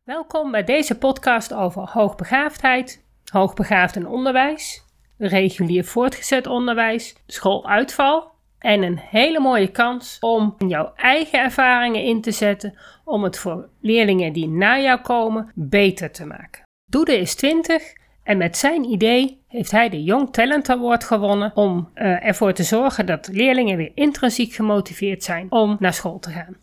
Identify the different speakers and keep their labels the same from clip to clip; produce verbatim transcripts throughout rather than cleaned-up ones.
Speaker 1: Welkom bij deze podcast over hoogbegaafdheid, hoogbegaafd en onderwijs, regulier voortgezet onderwijs, schooluitval en een hele mooie kans om jouw eigen ervaringen in te zetten om het voor leerlingen die na jou komen beter te maken. Doede is twintig en met zijn idee heeft hij de Young Talent Award gewonnen om uh, ervoor te zorgen dat leerlingen weer intrinsiek gemotiveerd zijn om naar school te gaan.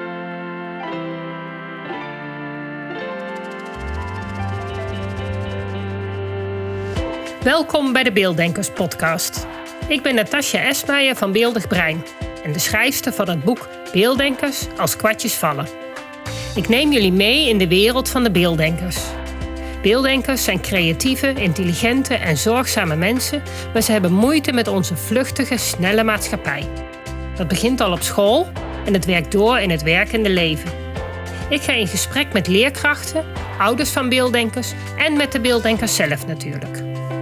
Speaker 1: Welkom bij de Beelddenkers podcast. Ik ben Natasja Esmeijer van Beeldig Brein en de schrijfster van het boek Beelddenkers als kwartjes vallen. Ik neem jullie mee in de wereld van de beelddenkers. Beelddenkers zijn creatieve, intelligente en zorgzame mensen, maar ze hebben moeite met onze vluchtige, snelle maatschappij. Dat begint al op school en het werkt door in het werkende leven. Ik ga in gesprek met leerkrachten, ouders van beelddenkers en met de beelddenkers zelf natuurlijk.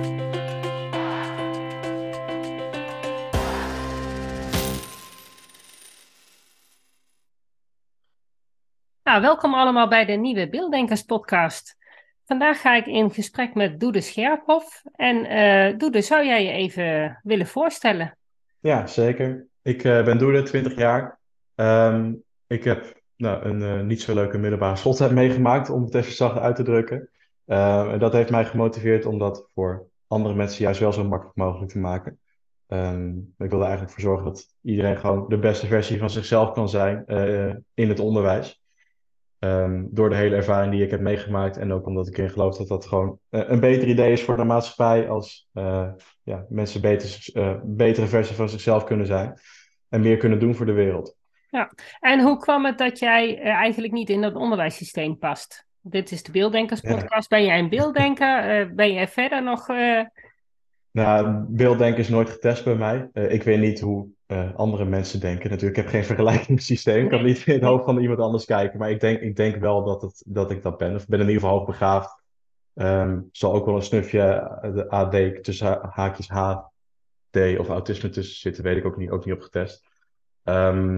Speaker 1: Nou, welkom allemaal bij de nieuwe Beelddenkers podcast. Vandaag ga ik in gesprek met Doede Scherphoff. En uh, Doede, zou jij je even willen voorstellen?
Speaker 2: Ja, zeker. Ik uh, ben Doede, twintig jaar. Um, ik heb nou, een uh, niet zo leuke middelbare schooltijd meegemaakt, om het even zacht uit te drukken. Uh, en dat heeft mij gemotiveerd om dat voor andere mensen juist wel zo makkelijk mogelijk te maken. Um, ik wilde eigenlijk voor zorgen dat iedereen gewoon de beste versie van zichzelf kan zijn uh, in het onderwijs. Um, door de hele ervaring die ik heb meegemaakt en ook omdat ik erin geloof dat dat gewoon uh, een beter idee is voor de maatschappij als uh, ja, mensen beter, uh, betere versie van zichzelf kunnen zijn en meer kunnen doen voor de wereld.
Speaker 1: Ja, en hoe kwam het dat jij uh, eigenlijk niet in dat onderwijssysteem past? Dit is de Beelddenkers podcast. Ja. Ben jij een beelddenker? Uh, ben jij verder nog... Uh...
Speaker 2: Nou, beelddenken is nooit getest bij mij. Uh, ik weet niet hoe uh, andere mensen denken. Natuurlijk, ik heb geen vergelijkingssysteem. Nee. Ik kan niet in het hoofd van iemand anders kijken. Maar ik denk, ik denk wel dat, het, dat ik dat ben. Of ik ben in ieder geval hoogbegaafd. Um, zal ook wel een snufje de A D tussen haakjes H D of autisme tussen zitten. Weet ik ook niet, ook niet op getest. Um,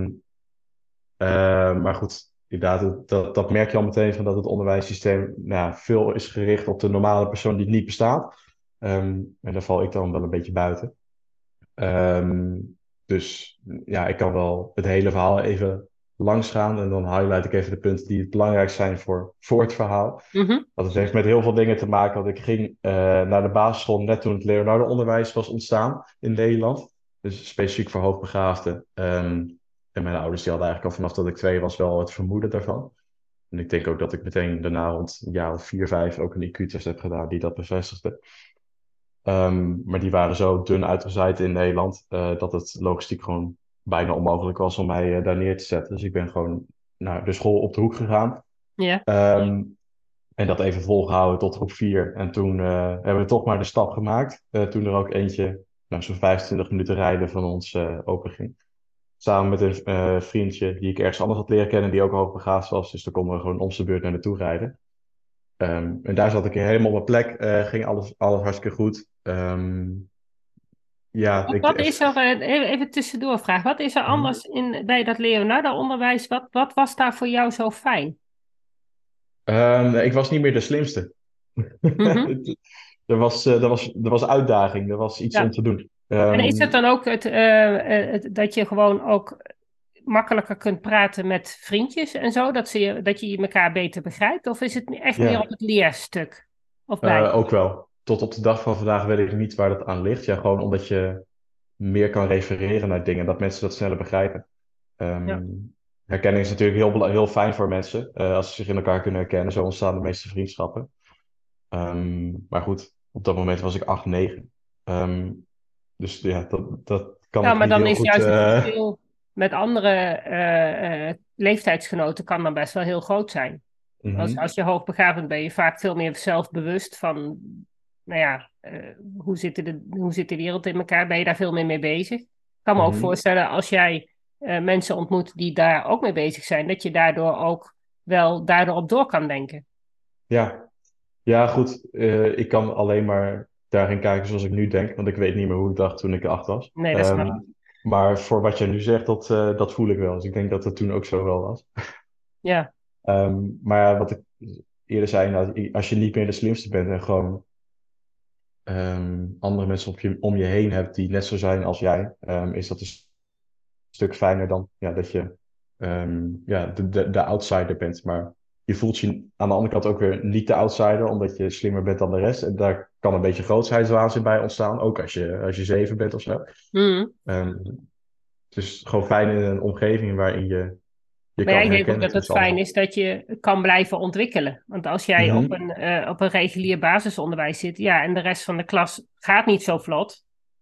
Speaker 2: uh, maar goed, inderdaad, dat, dat merk je al meteen van dat het onderwijssysteem nou, veel is gericht op de normale persoon die niet bestaat. Um, en daar val ik dan wel een beetje buiten. Um, dus ja, ik kan wel het hele verhaal even langs gaan. En dan highlight ik even de punten die het belangrijk zijn voor, voor het verhaal.
Speaker 1: Mm-hmm.
Speaker 2: Want het heeft met heel veel dingen te maken. Want ik ging uh, naar de basisschool net toen het Leonardo-onderwijs was ontstaan in Nederland. Dus specifiek voor hoogbegaafden. Um, en mijn ouders die hadden eigenlijk al vanaf dat ik twee was wel het vermoeden daarvan. En ik denk ook dat ik meteen daarna rond een jaar of vier, vijf ook een I Q-test heb gedaan die dat bevestigde. Um, maar die waren zo dun uitgezaaid in Nederland uh, dat het logistiek gewoon bijna onmogelijk was om mij uh, daar neer te zetten. Dus ik ben gewoon naar de school op de hoek gegaan.
Speaker 1: Yeah.
Speaker 2: Um, en dat even volgehouden tot groep vier. En toen uh, hebben we toch maar de stap gemaakt. Uh, toen er ook eentje, nou, zo'n vijfentwintig minuten rijden van ons uh, open ging. Samen met een uh, vriendje die ik ergens anders had leren kennen, die ook hoogbegaafd was. Dus daar konden we gewoon om zijn beurt naar naartoe rijden. Um, en daar zat ik helemaal op mijn plek. Uh, ging alles, alles hartstikke goed. Um, ja,
Speaker 1: Wat,
Speaker 2: ik,
Speaker 1: wat is er, even, even tussendoor vraag, wat is er anders in, bij dat Leonardo-onderwijs? Wat, wat was daar voor jou zo fijn?
Speaker 2: um, ik was niet meer de slimste.
Speaker 1: Mm-hmm.
Speaker 2: er, was, uh, er, was, er was uitdaging, er was iets
Speaker 1: Ja.
Speaker 2: om te doen. Um,
Speaker 1: en is het dan ook het, uh, het, dat je gewoon ook makkelijker kunt praten met vriendjes en zo, dat, ze je, dat je elkaar beter begrijpt? Of is het echt
Speaker 2: yeah.
Speaker 1: meer op het leerstuk? Of bij?
Speaker 2: Uh, ook wel. Tot op de dag van vandaag weet ik niet waar dat aan ligt. Ja, gewoon omdat je meer kan refereren naar dingen, dat mensen dat sneller begrijpen. Um,
Speaker 1: Ja.
Speaker 2: Herkenning is natuurlijk heel, heel fijn voor mensen. Uh, als ze zich in elkaar kunnen herkennen, zo ontstaan de meeste vriendschappen. Um, maar goed, op dat moment was ik acht, negen. Um, dus ja, dat, dat kan
Speaker 1: Ja,
Speaker 2: ik
Speaker 1: maar
Speaker 2: niet
Speaker 1: dan
Speaker 2: heel
Speaker 1: is
Speaker 2: goed...
Speaker 1: juist het
Speaker 2: Uh...
Speaker 1: verschil met andere uh, uh, leeftijdsgenoten kan dan best wel heel groot zijn.
Speaker 2: Mm-hmm.
Speaker 1: Als, als je hoogbegaafd bent, ben je vaak veel meer zelfbewust van, nou ja, uh, hoe, zit de, hoe zit de wereld in elkaar? Ben je daar veel meer mee bezig? Ik kan me
Speaker 2: Mm-hmm.
Speaker 1: ook voorstellen, als jij uh, mensen ontmoet die daar ook mee bezig zijn, dat je daardoor ook wel daardoor op door kan denken.
Speaker 2: Ja, ja goed. Uh, ik kan alleen maar daarin kijken zoals ik nu denk, want ik weet niet meer hoe ik dacht toen ik acht was.
Speaker 1: Nee, dat snap ik.
Speaker 2: Um, maar voor wat je nu zegt, dat, uh, dat voel ik wel. Dus ik denk dat het toen ook zo wel was.
Speaker 1: Ja.
Speaker 2: Um, maar ja, wat ik eerder zei, nou, als je niet meer de slimste bent en gewoon ehm, andere mensen op je, om je heen hebt die net zo zijn als jij, ehm, is dat een stuk fijner dan ja, dat je ehm, ja, de, de, de outsider bent. Maar je voelt je aan de andere kant ook weer niet de outsider, omdat je slimmer bent dan de rest. En daar kan een beetje grootheidswaanzin bij ontstaan, ook als je, als je zeven bent of zo.
Speaker 1: Mm.
Speaker 2: Ehm, dus gewoon fijn in een omgeving waarin je je
Speaker 1: Maar ja,
Speaker 2: kan
Speaker 1: ik denk ook
Speaker 2: herkennen
Speaker 1: dat het
Speaker 2: tussen
Speaker 1: fijn
Speaker 2: allemaal.
Speaker 1: is dat je kan blijven ontwikkelen. Want als jij op
Speaker 2: Mhm.
Speaker 1: een, eh, op een regulier basisonderwijs zit, ja, en de rest van de klas gaat niet zo vlot,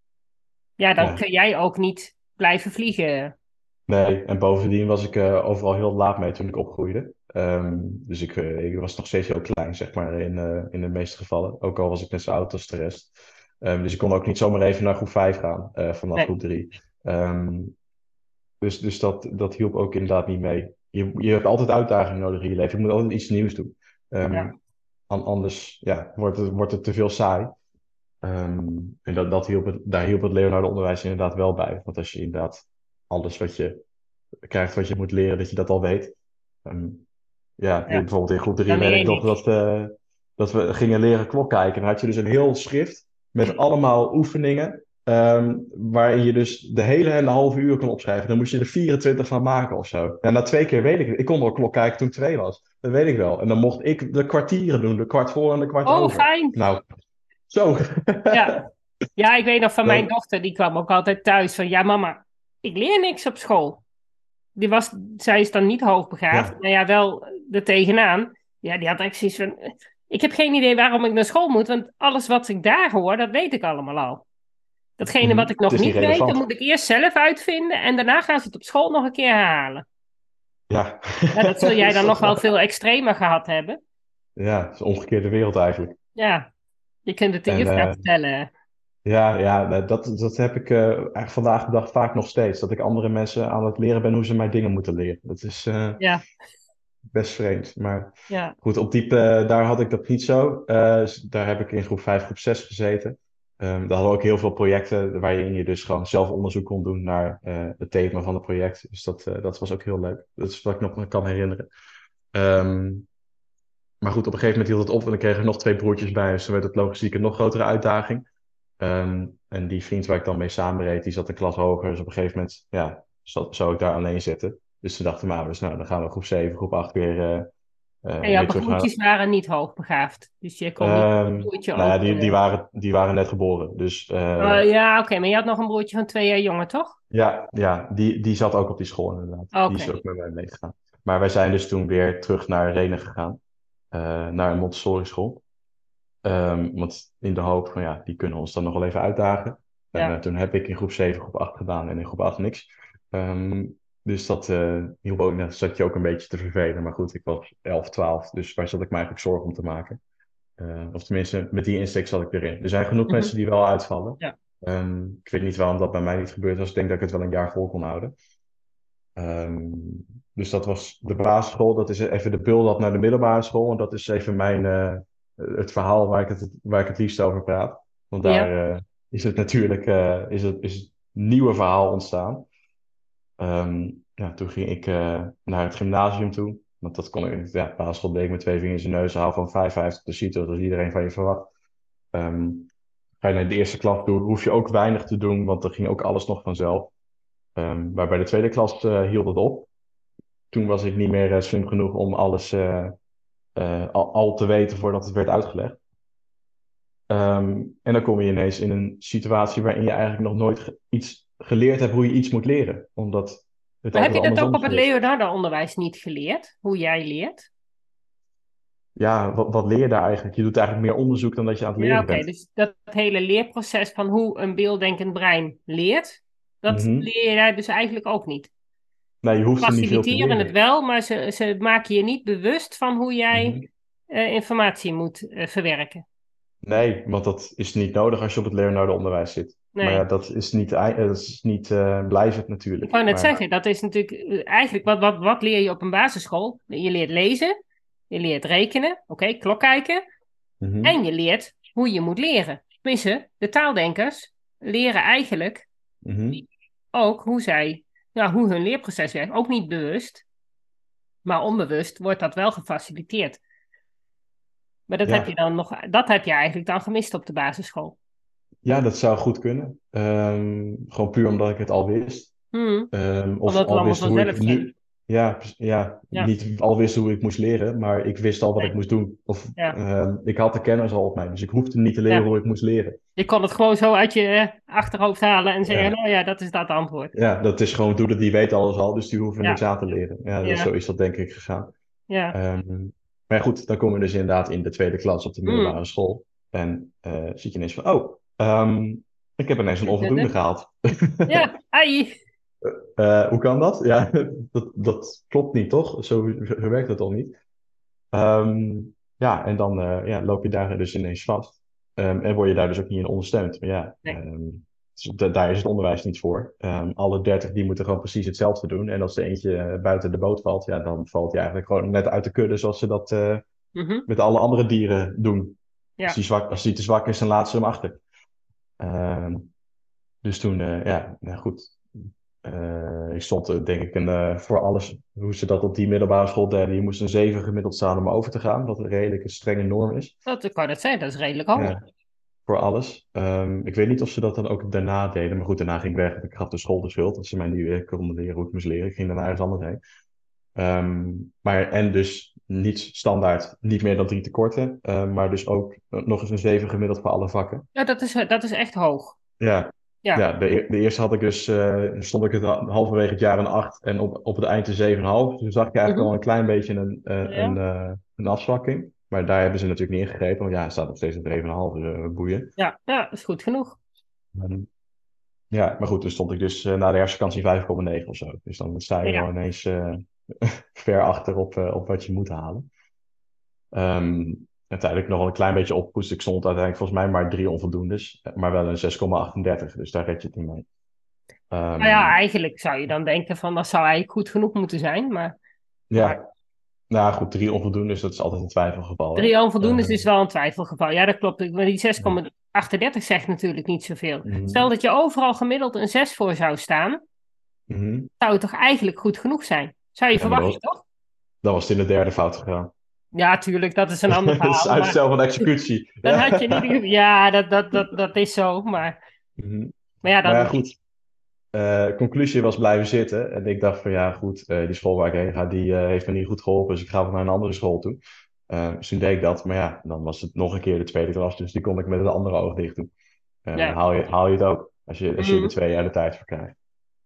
Speaker 1: ja, dan
Speaker 2: Ja,
Speaker 1: kun jij ook niet blijven vliegen.
Speaker 2: nee. En bovendien was ik eh, overal heel laat mee toen ik opgroeide. Ehm, dus ik, eh, ik was nog steeds heel klein, zeg maar, in, eh, in de meeste gevallen. Ook al was ik net zo oud als de rest. Ehm, dus ik kon ook niet zomaar even naar groep vijf gaan, eh, vanaf
Speaker 1: Nee,
Speaker 2: groep drie. Ehm, dus dus dat, dat hielp ook inderdaad niet mee. Je, je hebt altijd uitdagingen nodig in je leven. Je moet altijd iets nieuws doen. Ehm,
Speaker 1: ja,
Speaker 2: an- anders ja, wordt het, wordt het te veel saai. Ehm, en dat, dat hielp het, daar hielp het Leonardo onderwijs inderdaad wel bij. Want als je inderdaad alles wat je krijgt, wat je moet leren, dat je dat al weet. Ehm, ja,
Speaker 1: ja,
Speaker 2: bijvoorbeeld in groep drie
Speaker 1: dan
Speaker 2: weet
Speaker 1: leer
Speaker 2: ik
Speaker 1: je
Speaker 2: nog
Speaker 1: niks.
Speaker 2: dat, eh, dat we gingen leren klok kijken. Dan had je dus een heel schrift met allemaal oefeningen. ehm, waarin je dus de hele en de halve uur kon opschrijven. Dan moest je er vierentwintig van maken of zo. En na twee keer weet ik het. Ik kon wel klok kijken toen ik twee was. Dat weet ik wel. En dan mocht ik de kwartieren doen. De kwart voor en de kwart
Speaker 1: Oh,
Speaker 2: over.
Speaker 1: fijn.
Speaker 2: Nou, zo.
Speaker 1: Ja. Ja, ik weet nog van mijn
Speaker 2: Dat,
Speaker 1: dochter, die kwam ook altijd thuis van, ja mama, ik leer niks op school. Die was, zij is dan niet hoogbegaafd,
Speaker 2: ja.
Speaker 1: maar ja, wel er tegenaan. Ja, die had echt zoiets van, ik heb geen idee waarom ik naar school moet, want alles wat ik daar hoor, dat weet ik allemaal al. Datgene
Speaker 2: Mhm.
Speaker 1: wat ik
Speaker 2: Het
Speaker 1: nog
Speaker 2: is niet
Speaker 1: niet weet, dat
Speaker 2: relevant.
Speaker 1: moet ik eerst zelf uitvinden en daarna gaan ze het op school nog een keer herhalen.
Speaker 2: Ja.
Speaker 1: Ja, dat zul jij
Speaker 2: Is
Speaker 1: dan
Speaker 2: dat
Speaker 1: nog wel
Speaker 2: waar?
Speaker 1: veel extremer gehad hebben.
Speaker 2: Ja, het is een omgekeerde wereld eigenlijk.
Speaker 1: Ja, je kunt het de
Speaker 2: En
Speaker 1: juf gaan
Speaker 2: eh,
Speaker 1: vertellen.
Speaker 2: ja, ja nou, dat, dat heb ik eh, eigenlijk vandaag de dag vaak nog steeds. Dat ik andere mensen aan het leren ben hoe ze mij dingen moeten leren. Dat is eh,
Speaker 1: Ja,
Speaker 2: best vreemd. Maar
Speaker 1: ja,
Speaker 2: goed, op die, eh, daar had ik dat niet zo. Eh, dus daar heb ik in groep vijf, groep zes gezeten. Ehm daar hadden we ook heel veel projecten waarin je dus gewoon zelf onderzoek kon doen naar eh, het thema van het project. Dus dat, eh, dat was ook heel leuk. Dat is wat ik nog me kan herinneren. Ehm, maar goed, op een gegeven moment hield het op en dan kregen er nog twee broertjes bij. Dus toen werd het logistiek een nog grotere uitdaging. Ehm, en die vriend waar ik dan mee samenreed, die zat een klas hoger. Dus op een gegeven moment, ja, zat, zou ik daar alleen zitten. Dus toen dachten mijn ouders, nou, dan gaan we groep zeven, groep acht weer, eh,
Speaker 1: en
Speaker 2: eh,
Speaker 1: jouw
Speaker 2: weer terug naar...
Speaker 1: broertjes waren niet hoogbegaafd, dus je kon niet een
Speaker 2: Ehm,
Speaker 1: broertje
Speaker 2: nou ja,
Speaker 1: ook...
Speaker 2: die, die
Speaker 1: eh,
Speaker 2: waren, die waren net geboren. Dus eh,
Speaker 1: Oh, ja, oké, maar je had nog een broertje van twee jaar jonger, toch?
Speaker 2: ja, ja die, die zat ook op die school inderdaad. Die is
Speaker 1: Oké,
Speaker 2: ook met mij meegegaan. Maar wij zijn dus toen weer terug naar Renen gegaan. eh, naar een Montessori school. Ehm, want in de hoop van ja, die kunnen ons dan nog wel even uitdagen. En eh,
Speaker 1: ja.
Speaker 2: toen heb ik in groep zeven, groep acht gedaan en in groep acht niks. Ehm, dus dat uh, hielp ook, net zat je ook een beetje te vervelen. Maar goed, ik was elf, twaalf, dus waar zat ik me eigenlijk zorgen om te maken? Eh, of tenminste, met die insteek zat ik erin. Er zijn genoeg
Speaker 1: Mhm.
Speaker 2: mensen die wel uitvallen.
Speaker 1: Ja.
Speaker 2: Ehm, ik weet niet waarom dat bij mij niet gebeurd was. Ik denk dat ik het wel een jaar vol kon houden. Ehm, dus dat was de basisschool. Dat is even de build-up naar de middelbare school. En dat is even mijn, eh, het verhaal waar ik het, waar ik het liefst over praat. Want
Speaker 1: Ja.
Speaker 2: daar eh, is het natuurlijk eh, is het, is het nieuwe verhaal ontstaan. Ehm, ja, toen ging ik eh, naar het gymnasium toe. Want dat kon ik, ja, basisschool deed ik met twee vingers in de neus. Haal van vijfenvijftig de CITO, dat is iedereen van je verwacht. Ehm, ga je naar de eerste klas toe, hoef je ook weinig te doen, want dan ging ook alles nog vanzelf. Ehm, maar bij de tweede klas eh, hield het op. Toen was ik niet meer eh, slim genoeg om alles eh, eh, al, al te weten voordat het werd uitgelegd. Ehm, en dan kom je ineens in een situatie waarin je eigenlijk nog nooit ge- iets geleerd hebt hoe je iets moet leren. Omdat het
Speaker 1: Maar heb
Speaker 2: altijd
Speaker 1: je dat ook
Speaker 2: andersom
Speaker 1: op
Speaker 2: is
Speaker 1: het
Speaker 2: geweest.
Speaker 1: Leonardo-onderwijs niet geleerd? Hoe jij leert?
Speaker 2: Ja, wat, wat leer je daar eigenlijk? Je doet eigenlijk meer onderzoek dan dat je aan het
Speaker 1: Ja,
Speaker 2: leren
Speaker 1: oké.
Speaker 2: bent.
Speaker 1: Dus dat hele leerproces van hoe een beelddenkend brein leert, dat
Speaker 2: Mhm.
Speaker 1: leer je daar dus eigenlijk ook niet.
Speaker 2: Nee, je hoeft er niet veel te
Speaker 1: Faciliteren het
Speaker 2: leren.
Speaker 1: wel, maar ze, ze maken je niet bewust van hoe jij
Speaker 2: Mhm.
Speaker 1: eh, informatie moet eh, verwerken.
Speaker 2: Nee, want dat is niet nodig als je op het Leonardo onderwijs zit. Maar ja,
Speaker 1: Nee.
Speaker 2: dat is niet, ei- dat is niet eh, blijvend
Speaker 1: Ik
Speaker 2: natuurlijk.
Speaker 1: wou net
Speaker 2: Maar
Speaker 1: zeggen, dat is natuurlijk eh, eigenlijk wat, wat, wat leer je op een basisschool? Je leert lezen, je leert rekenen, oké, klok kijken,
Speaker 2: mhm,
Speaker 1: en je leert hoe je moet leren. Tenminste, de taaldenkers leren eigenlijk
Speaker 2: mhm.
Speaker 1: ook hoe zij, ja, hoe hun leerproces werkt. Ook niet bewust, maar onbewust wordt dat wel gefaciliteerd. Maar dat heb je
Speaker 2: Ja,
Speaker 1: dan nog, dat heb je eigenlijk dan gemist op de basisschool.
Speaker 2: ja, dat zou goed kunnen. Ehm, gewoon puur omdat ik het al wist.
Speaker 1: Hmm.
Speaker 2: Ehm, of
Speaker 1: Omdat het
Speaker 2: al
Speaker 1: allemaal
Speaker 2: wist hoe
Speaker 1: vanzelf
Speaker 2: ik
Speaker 1: ging.
Speaker 2: nu. Ja, pres- ja,
Speaker 1: Ja,
Speaker 2: niet al wist hoe ik moest leren, maar ik wist al wat ik
Speaker 1: nee.
Speaker 2: moest doen. Of
Speaker 1: Ja,
Speaker 2: ehm, ik had de kennis al op mij, dus ik hoefde niet te leren
Speaker 1: ja.
Speaker 2: hoe ik moest leren.
Speaker 1: Je kon het gewoon zo uit je eh, achterhoofd halen en zeggen,
Speaker 2: Ja,
Speaker 1: nou ja, dat is dat antwoord.
Speaker 2: ja, dat is gewoon doelen die weet alles al, dus die hoeven niks
Speaker 1: Ja,
Speaker 2: aan te leren. Ja, dat, zo
Speaker 1: ja,
Speaker 2: is dat denk ik gegaan.
Speaker 1: ja.
Speaker 2: Ehm, maar ja, goed, dan komen we dus inderdaad in de tweede klas op de
Speaker 1: Hmm.
Speaker 2: middelbare school. En eh zie je ineens van, oh, ehm, ik heb ineens een onvoldoende gehaald.
Speaker 1: Ja, ai.
Speaker 2: Eh, hoe kan dat? Ja, dat, dat klopt niet, toch? Zo, zo werkt het toch niet? Ehm, ja, en dan eh, ja, loop je daar dus ineens vast. Ehm, en word je daar dus ook niet in ondersteund. Maar ja,
Speaker 1: Nee.
Speaker 2: ehm, dus da- daar is het onderwijs niet voor. Ehm, alle dertig die moeten gewoon precies hetzelfde doen. En als er eentje eh, buiten de boot valt, ja, dan valt hij eigenlijk gewoon net uit de kudde zoals ze dat eh,
Speaker 1: Mhm.
Speaker 2: met alle andere dieren doen. Als
Speaker 1: Ja.
Speaker 2: die, zwak, als die te zwak is, dan laten ze hem achter. Ehm, dus toen, eh, ja, nou goed. Eh, ik stond eh, denk ik een, eh, voor alles, hoe ze dat op die middelbare school deden. Je moest een zeven gemiddeld staan om over te gaan, wat een redelijk een strenge norm is.
Speaker 1: Dat kan het zijn, dat is redelijk hoog.
Speaker 2: Ja, voor alles. Ehm, ik weet niet of ze dat dan ook daarna deden, maar goed, daarna ging ik weg. Ik gaf de school de schuld, dat ze mij niet weer konden leren hoe ik moest leren. Ik ging daarna ergens anders heen. Ehm, maar, en dus niet standaard, niet meer dan drie tekorten, eh, maar dus ook nog eens een zeven gemiddeld voor alle vakken.
Speaker 1: Ja, dat is, dat is echt hoog.
Speaker 2: Ja,
Speaker 1: Ja.
Speaker 2: ja de, e- de eerste had ik dus, eh, stond ik het ha- halverwege het jaar een acht en op, op het eind een zeven komma vijf. Toen zag ik eigenlijk
Speaker 1: Mhm.
Speaker 2: al een klein beetje een, eh, een,
Speaker 1: Ja.
Speaker 2: eh, een afzwakking. Maar daar hebben ze natuurlijk niet ingegrepen, want ja, het staat nog steeds op zeven komma vijf, dus, eh, boeien.
Speaker 1: Ja, ja, dat is goed genoeg.
Speaker 2: Ehm, ja, maar goed, toen stond ik dus eh, na de herfstvakantie vijf komma negen of zo. Dus dan sta je wel
Speaker 1: Ja.
Speaker 2: ineens eh, ver achter op, eh, op wat je moet halen. Ehm, uiteindelijk nog wel een klein beetje opgepoetst. Ik stond uiteindelijk volgens mij maar drie onvoldoendes, maar wel een zes komma achtendertig. Dus daar red je het niet mee.
Speaker 1: Nou
Speaker 2: Ehm,
Speaker 1: ja, eigenlijk zou je dan denken van dat zou eigenlijk goed genoeg moeten zijn. Maar, maar
Speaker 2: ja, nou goed, drie onvoldoendes, dat is altijd een twijfelgeval. Hè?
Speaker 1: drie onvoldoendes
Speaker 2: Ehm,
Speaker 1: is wel een twijfelgeval. Ja, dat klopt. Maar die
Speaker 2: ja.
Speaker 1: zes komma achtendertig zegt natuurlijk niet zoveel. Stel
Speaker 2: Mhm,
Speaker 1: dat je overal gemiddeld een zes voor zou staan,
Speaker 2: mhm.
Speaker 1: zou het toch eigenlijk goed genoeg zijn? Zou je
Speaker 2: Ja, maar dat
Speaker 1: verwachten,
Speaker 2: was,
Speaker 1: toch?
Speaker 2: dat was het in de derde fout gegaan.
Speaker 1: Ja, tuurlijk, dat is een ander
Speaker 2: Dat is
Speaker 1: verhaal. Maar
Speaker 2: uitstel van executie.
Speaker 1: dan
Speaker 2: Ja.
Speaker 1: had je in ieder geval... Ja, dat, dat, dat, dat is zo. Maar,
Speaker 2: Mhm.
Speaker 1: maar ja,
Speaker 2: Maar ja,
Speaker 1: dan...
Speaker 2: goed. Eh, conclusie was blijven zitten. En ik dacht van ja, goed, eh, die school waar ik heen ga, die eh, heeft me niet goed geholpen. Dus ik ga wel naar een andere school toe. Eh, dus toen deed ik dat. Maar ja, dan was het nog een keer de tweede klas. Dus die kon ik met het andere oog dicht doen. Eh, dan
Speaker 1: Ja.
Speaker 2: haal je, haal je het ook. Als je, als je er
Speaker 1: Mhm.
Speaker 2: twee jaar de tijd voor krijgt.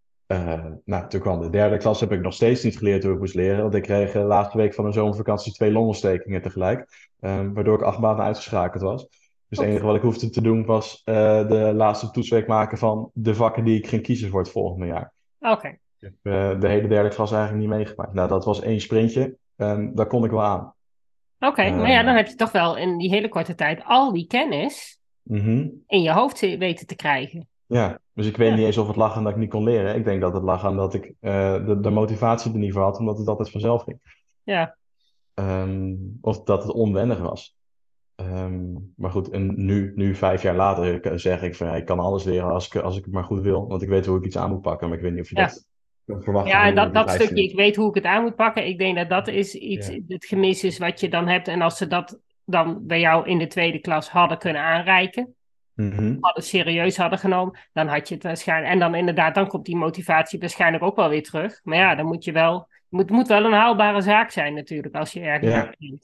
Speaker 2: Eh, nou, toen kwam de derde klas, heb ik nog steeds niet geleerd hoe ik moest leren. Want ik kreeg de laatste week van de zomervakantie twee longontstekingen tegelijk. eh, waardoor ik acht maanden uitgeschakeld was. Dus het
Speaker 1: Oeps.
Speaker 2: enige wat ik hoefde te doen was eh, de laatste toetsweek maken van de vakken die ik ging kiezen voor het volgende jaar.
Speaker 1: Oké.
Speaker 2: Ik heb eh, de hele derde klas eigenlijk niet meegemaakt. Nou, dat was één sprintje. En daar kon ik wel aan.
Speaker 1: Oké, maar ja,
Speaker 2: Ehm,
Speaker 1: dan heb je toch wel in die hele korte tijd al die kennis
Speaker 2: mhm.
Speaker 1: in je hoofd weten te krijgen.
Speaker 2: Ja, dus ik weet
Speaker 1: Ja.
Speaker 2: niet eens of het lag aan dat ik niet kon leren. Ik denk dat het lag aan dat ik eh, de, de motivatie er niet voor had, omdat het altijd vanzelf ging.
Speaker 1: Ja.
Speaker 2: Ehm, of dat het onwennig was. Ehm, maar goed, en nu, nu vijf jaar later k- zeg ik van ja, ik kan alles leren als ik, als ik het maar goed wil. Want ik weet hoe ik iets aan moet pakken. Maar ik weet niet of je
Speaker 1: Ja.
Speaker 2: dat kunt verwachten
Speaker 1: Ja,
Speaker 2: van
Speaker 1: en
Speaker 2: iemand
Speaker 1: dat,
Speaker 2: die
Speaker 1: dat stukje,
Speaker 2: vijftien
Speaker 1: ik
Speaker 2: is.
Speaker 1: weet hoe ik het aan moet pakken. Ik denk dat dat is iets,
Speaker 2: Ja.
Speaker 1: het gemis is wat je dan hebt. En als ze dat dan bij jou in de tweede klas hadden kunnen aanreiken,
Speaker 2: Mhm.
Speaker 1: hadden serieus hadden genomen, dan had je het waarschijnlijk. En dan inderdaad, dan komt die motivatie waarschijnlijk ook wel weer terug. Maar ja, dan moet je wel, het moet, moet wel een haalbare zaak zijn natuurlijk, als je ergens aan
Speaker 2: Ja.
Speaker 1: begint.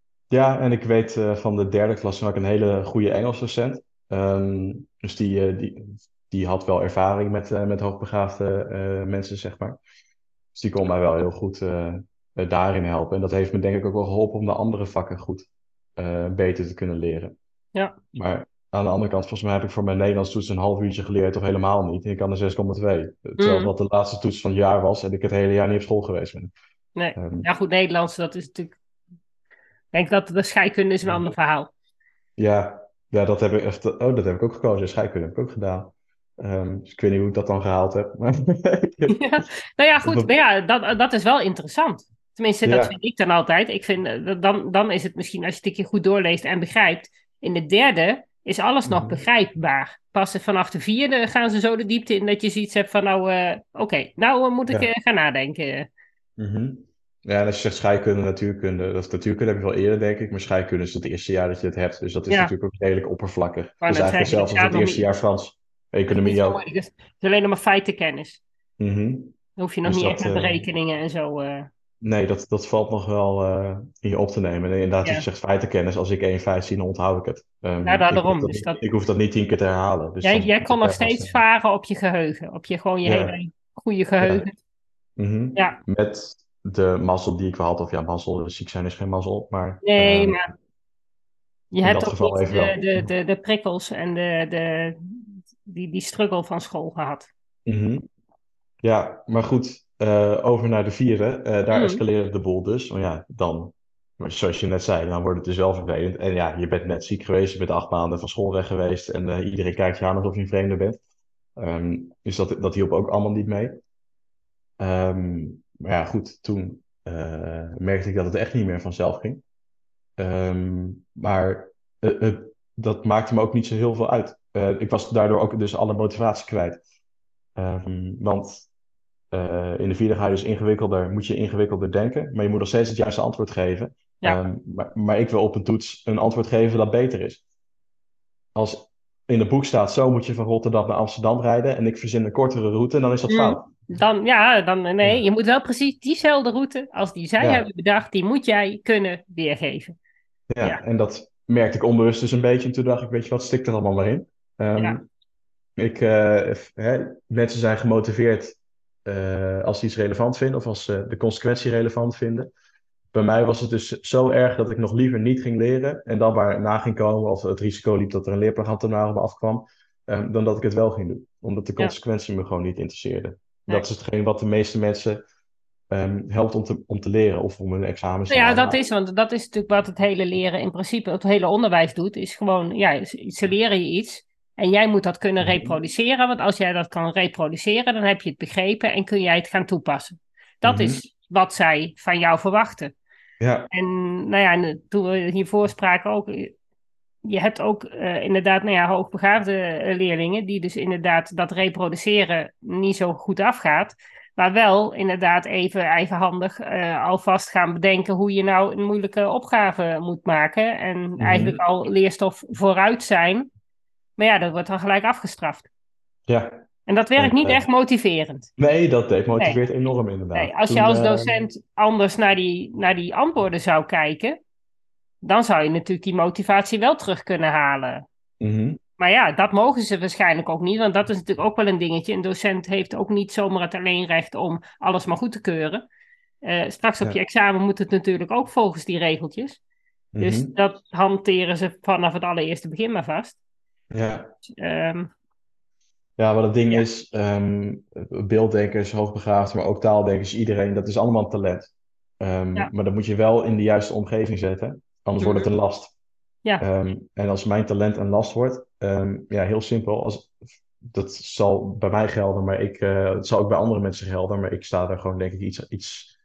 Speaker 2: Ja, en ik weet eh, van de derde klas had ik een hele goede Engelsdocent. Ehm, dus die, eh, die, die had wel ervaring met, eh, met hoogbegaafde eh, mensen, zeg maar. Dus die kon mij wel heel goed eh, eh, daarin helpen. En dat heeft me denk ik ook wel geholpen om de andere vakken goed eh, beter te kunnen leren.
Speaker 1: Ja,
Speaker 2: Maar aan de andere kant, volgens mij heb ik voor mijn Nederlands toets een half uurtje geleerd of helemaal niet. En ik kan een zes komma twee. Terwijl
Speaker 1: mm,
Speaker 2: wat de laatste toets van het jaar was en ik het hele jaar niet op school geweest ben.
Speaker 1: nee.
Speaker 2: Ehm,
Speaker 1: Ja, goed, Nederlands, dat is natuurlijk. Ik denk dat de scheikunde is een ander verhaal.
Speaker 2: ja, ja, dat heb ik echt. Oh, dat heb ik ook gekozen. Scheikunde heb ik ook gedaan. Ehm, dus ik weet niet hoe ik dat dan gehaald heb. Maar ik heb-
Speaker 1: Ja. Nou ja, goed,
Speaker 2: dat-
Speaker 1: maar ja, dat, dat is wel interessant. Tenminste, dat
Speaker 2: ja.
Speaker 1: vind ik dan altijd. Ik vind, eh, dat- dan, dan is het misschien, als je het een keer goed doorleest en begrijpt, in de derde is alles nog
Speaker 2: Mhm.
Speaker 1: begrijpbaar. Pas vanaf de vierde gaan ze zo de diepte in dat je zoiets hebt van, nou, eh, oké, nou eh, moet ik
Speaker 2: Ja.
Speaker 1: eh, gaan nadenken.
Speaker 2: Mhm. Ja, en als je zegt scheikunde, natuurkunde, dat natuurkunde heb je wel eerder, denk ik, maar scheikunde is het eerste jaar dat je het hebt. Dus dat is
Speaker 1: Ja,
Speaker 2: natuurlijk ook redelijk oppervlakkig.
Speaker 1: wou
Speaker 2: Dus
Speaker 1: net
Speaker 2: eigenlijk
Speaker 1: zeggen, dat
Speaker 2: hetzelfde als
Speaker 1: staat
Speaker 2: het
Speaker 1: nog
Speaker 2: eerste
Speaker 1: niet,
Speaker 2: jaar Frans.
Speaker 1: echt niet
Speaker 2: Economie
Speaker 1: zo
Speaker 2: ook.
Speaker 1: moeilijk. Het is alleen nog maar feitenkennis.
Speaker 2: Mhm.
Speaker 1: Dan hoef je nog
Speaker 2: Dus
Speaker 1: niet echt
Speaker 2: dat,
Speaker 1: met
Speaker 2: eh,
Speaker 1: berekeningen en zo. eh,
Speaker 2: nee, dat, dat valt nog wel eh, in je op te nemen. En inderdaad, als je
Speaker 1: ja,
Speaker 2: zegt feitenkennis, als ik één feit zie, dan onthoud ik het.
Speaker 1: nou
Speaker 2: Ehm, ik hoef
Speaker 1: daarom.
Speaker 2: dat
Speaker 1: Dus
Speaker 2: niet,
Speaker 1: dat,
Speaker 2: ik hoef dat niet tien keer te herhalen. Dus
Speaker 1: jij,
Speaker 2: dan
Speaker 1: jij
Speaker 2: is het
Speaker 1: kon nog
Speaker 2: best wel
Speaker 1: steeds
Speaker 2: snel.
Speaker 1: varen op je geheugen. Op je, gewoon je
Speaker 2: Ja,
Speaker 1: hele goede
Speaker 2: ja.
Speaker 1: geheugen.
Speaker 2: Mhm.
Speaker 1: Ja,
Speaker 2: Met de mazzel die ik wel had, of ja, mazzel, ziek zijn is geen mazzel, maar
Speaker 1: nee,
Speaker 2: ehm,
Speaker 1: maar je
Speaker 2: in
Speaker 1: hebt
Speaker 2: dat
Speaker 1: ook
Speaker 2: geval
Speaker 1: niet
Speaker 2: even
Speaker 1: de,
Speaker 2: wel.
Speaker 1: de, de, de prikkels en de, de, die, die struggle van school gehad.
Speaker 2: Mhm. Ja, maar goed, eh, over naar de vierde. Eh, daar
Speaker 1: Mm.
Speaker 2: escaleerde de boel dus. Maar ja, dan, maar zoals je net zei, dan wordt het dus wel vervelend. En ja, je bent net ziek geweest, je bent acht maanden van school weg geweest en eh, iedereen kijkt je aan alsof je een vreemde bent. Ehm, dus dat, dat hielp ook allemaal niet mee. Ehm, maar ja, goed, toen eh, merkte ik dat het echt niet meer vanzelf ging. Ehm, maar eh, eh, dat maakte me ook niet zo heel veel uit. Eh, ik was daardoor ook dus alle motivatie kwijt. Ehm, want eh, in de vierde ga je dus ingewikkelder, moet je ingewikkelder denken, maar je moet nog steeds het juiste antwoord geven.
Speaker 1: Ja.
Speaker 2: Ehm, maar, maar ik wil op een toets een antwoord geven dat beter is. Als in het boek staat, zo moet je van Rotterdam naar Amsterdam rijden en ik verzin een kortere route, dan is dat
Speaker 1: Mm.
Speaker 2: fout.
Speaker 1: Dan, ja, dan nee,
Speaker 2: Ja,
Speaker 1: je moet wel precies diezelfde route als die zij
Speaker 2: ja,
Speaker 1: hebben bedacht, die moet jij kunnen weergeven.
Speaker 2: ja.
Speaker 1: Ja,
Speaker 2: En dat merkte ik onbewust dus een beetje. En toen dacht ik, weet je wat, stik er allemaal maar in. Ehm,
Speaker 1: ja.
Speaker 2: ik, eh, f- hè, mensen zijn gemotiveerd eh, als ze iets relevant vinden of als ze de consequentie relevant vinden. Bij mij was het dus zo erg dat ik nog liever niet ging leren en dan maar na ging komen of het risico liep dat er een leerplagambtenaar op me afkwam, eh, dan dat ik het wel ging doen. Omdat de
Speaker 1: Ja,
Speaker 2: consequentie me gewoon niet interesseerde. Dat
Speaker 1: nee.
Speaker 2: is hetgeen wat de meeste mensen ehm, helpt om te, om te leren of om hun examens te
Speaker 1: Nou ja,
Speaker 2: halen.
Speaker 1: dat is, want dat is natuurlijk wat het hele leren in principe, het hele onderwijs doet, is gewoon, ja, ze ze leren je iets en jij moet dat kunnen
Speaker 2: Mhm.
Speaker 1: reproduceren, want als jij dat kan reproduceren, dan heb je het begrepen en kun jij het gaan toepassen. Dat
Speaker 2: Mhm.
Speaker 1: is wat zij van jou verwachten.
Speaker 2: Ja.
Speaker 1: En nou ja, en toen we hiervoor spraken ook, je hebt ook eh, inderdaad, nou ja, hoogbegaafde eh, leerlingen die dus inderdaad dat reproduceren niet zo goed afgaat. Maar wel inderdaad even eigenhandig eh, alvast gaan bedenken hoe je nou een moeilijke opgave moet maken. En eigenlijk
Speaker 2: Mhm.
Speaker 1: al leerstof vooruit zijn. Maar ja, dat wordt dan gelijk afgestraft.
Speaker 2: Ja.
Speaker 1: En dat werkt
Speaker 2: En,
Speaker 1: niet
Speaker 2: eh,
Speaker 1: echt motiverend.
Speaker 2: nee, dat
Speaker 1: Nee,
Speaker 2: demotiveert enorm
Speaker 1: nee.
Speaker 2: inderdaad.
Speaker 1: Als je
Speaker 2: Toen,
Speaker 1: als
Speaker 2: eh,
Speaker 1: docent anders naar die, naar die antwoorden zou kijken, dan zou je natuurlijk die motivatie wel terug kunnen halen.
Speaker 2: mhm.
Speaker 1: Maar ja, dat mogen ze waarschijnlijk ook niet, want dat is natuurlijk ook wel een dingetje. Een docent heeft ook niet zomaar het alleenrecht om alles maar goed te keuren. Eh, straks op je
Speaker 2: Ja.
Speaker 1: examen moet het natuurlijk ook volgens die regeltjes. Dus
Speaker 2: Mhm.
Speaker 1: dat hanteren ze vanaf het allereerste begin maar vast.
Speaker 2: Ja.
Speaker 1: Ehm,
Speaker 2: Ja, wat het ding
Speaker 1: ja,
Speaker 2: is, ehm, beelddenkers, hoogbegaafd, maar ook taaldenkers, iedereen, dat is allemaal een talent. Ehm,
Speaker 1: ja,
Speaker 2: maar dat moet je wel in de juiste omgeving zetten, anders wordt het
Speaker 1: mhm,
Speaker 2: een last.
Speaker 1: ja,
Speaker 2: Ehm, en als mijn talent een last wordt, ehm, ja, heel simpel, als, dat zal bij mij gelden, maar ik, eh, het zal ook bij andere mensen gelden, maar ik sta daar gewoon denk ik iets, iets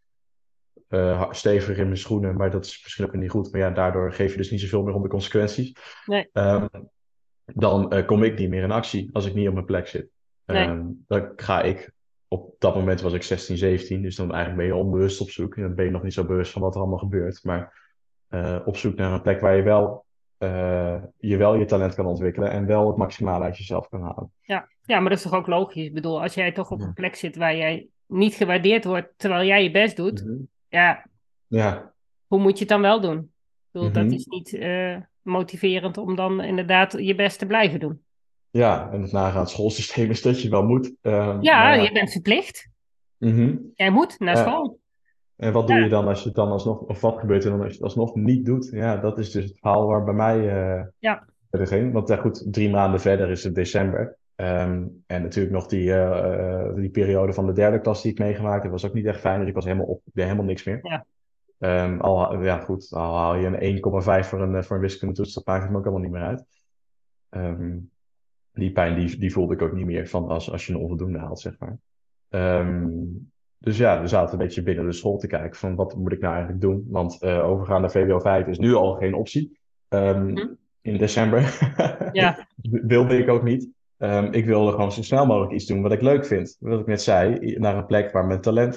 Speaker 2: eh, steviger in mijn schoenen, maar dat is misschien ook niet goed. Maar ja, daardoor geef je dus niet zoveel meer om de consequenties.
Speaker 1: nee,
Speaker 2: Ehm, dan eh, kom ik niet meer in actie als ik niet op mijn plek zit.
Speaker 1: nee,
Speaker 2: Ehm, dan ga ik, op dat moment was ik zestien, zeventien, dus dan eigenlijk ben je onbewust op zoek. En dan ben je nog niet zo bewust van wat er allemaal gebeurt. Maar eh, op zoek naar een plek waar je wel, eh, je wel je talent kan ontwikkelen en wel het maximale uit jezelf kan halen.
Speaker 1: ja. Ja, maar dat is toch ook logisch? Ik bedoel, als jij toch op een
Speaker 2: Ja.
Speaker 1: plek zit waar jij niet gewaardeerd wordt terwijl jij je best doet,
Speaker 2: Mhm.
Speaker 1: ja,
Speaker 2: Ja.
Speaker 1: hoe moet je het dan wel doen? Ik bedoel, dat
Speaker 2: Mhm.
Speaker 1: is niet eh, motiverend om dan inderdaad je best te blijven doen.
Speaker 2: Ja, en het nare aan het schoolsysteem is dat je wel moet. Ehm, maar
Speaker 1: Ja, je
Speaker 2: ja.
Speaker 1: bent verplicht.
Speaker 2: Mhm.
Speaker 1: Jij moet naar
Speaker 2: Ja.
Speaker 1: school.
Speaker 2: En wat doe je
Speaker 1: Ja,
Speaker 2: dan als je het dan alsnog, of wat gebeurt er dan als je het alsnog niet doet? Ja, dat is dus het verhaal waar bij mij eh,
Speaker 1: ja,
Speaker 2: verder ging. Want ja, goed, drie maanden verder is het december. Ehm, en natuurlijk nog die, eh, eh, die periode van de derde klas die ik meegemaakt heb, was ook niet echt fijn. Dus ik was helemaal op, ik deed helemaal niks meer.
Speaker 1: ja,
Speaker 2: Ehm, al, ja, goed, al haal je een één komma vijf voor een, eh, voor een wiskundetoets, dat maakt het me ook allemaal niet meer uit. Ehm, die pijn die, die voelde ik ook niet meer van als, als je een onvoldoende haalt, zeg maar. Ehm, dus ja, we zaten een beetje binnen de school te kijken van wat moet ik nou eigenlijk doen? Want eh, overgaan naar V W O vijf is nu al geen optie. Ehm,
Speaker 1: hm,
Speaker 2: in december.
Speaker 1: ja,
Speaker 2: Wilde ik ook niet. Ehm, ik wilde gewoon zo snel mogelijk iets doen wat ik leuk vind. Wat ik net zei, naar een plek waar mijn talent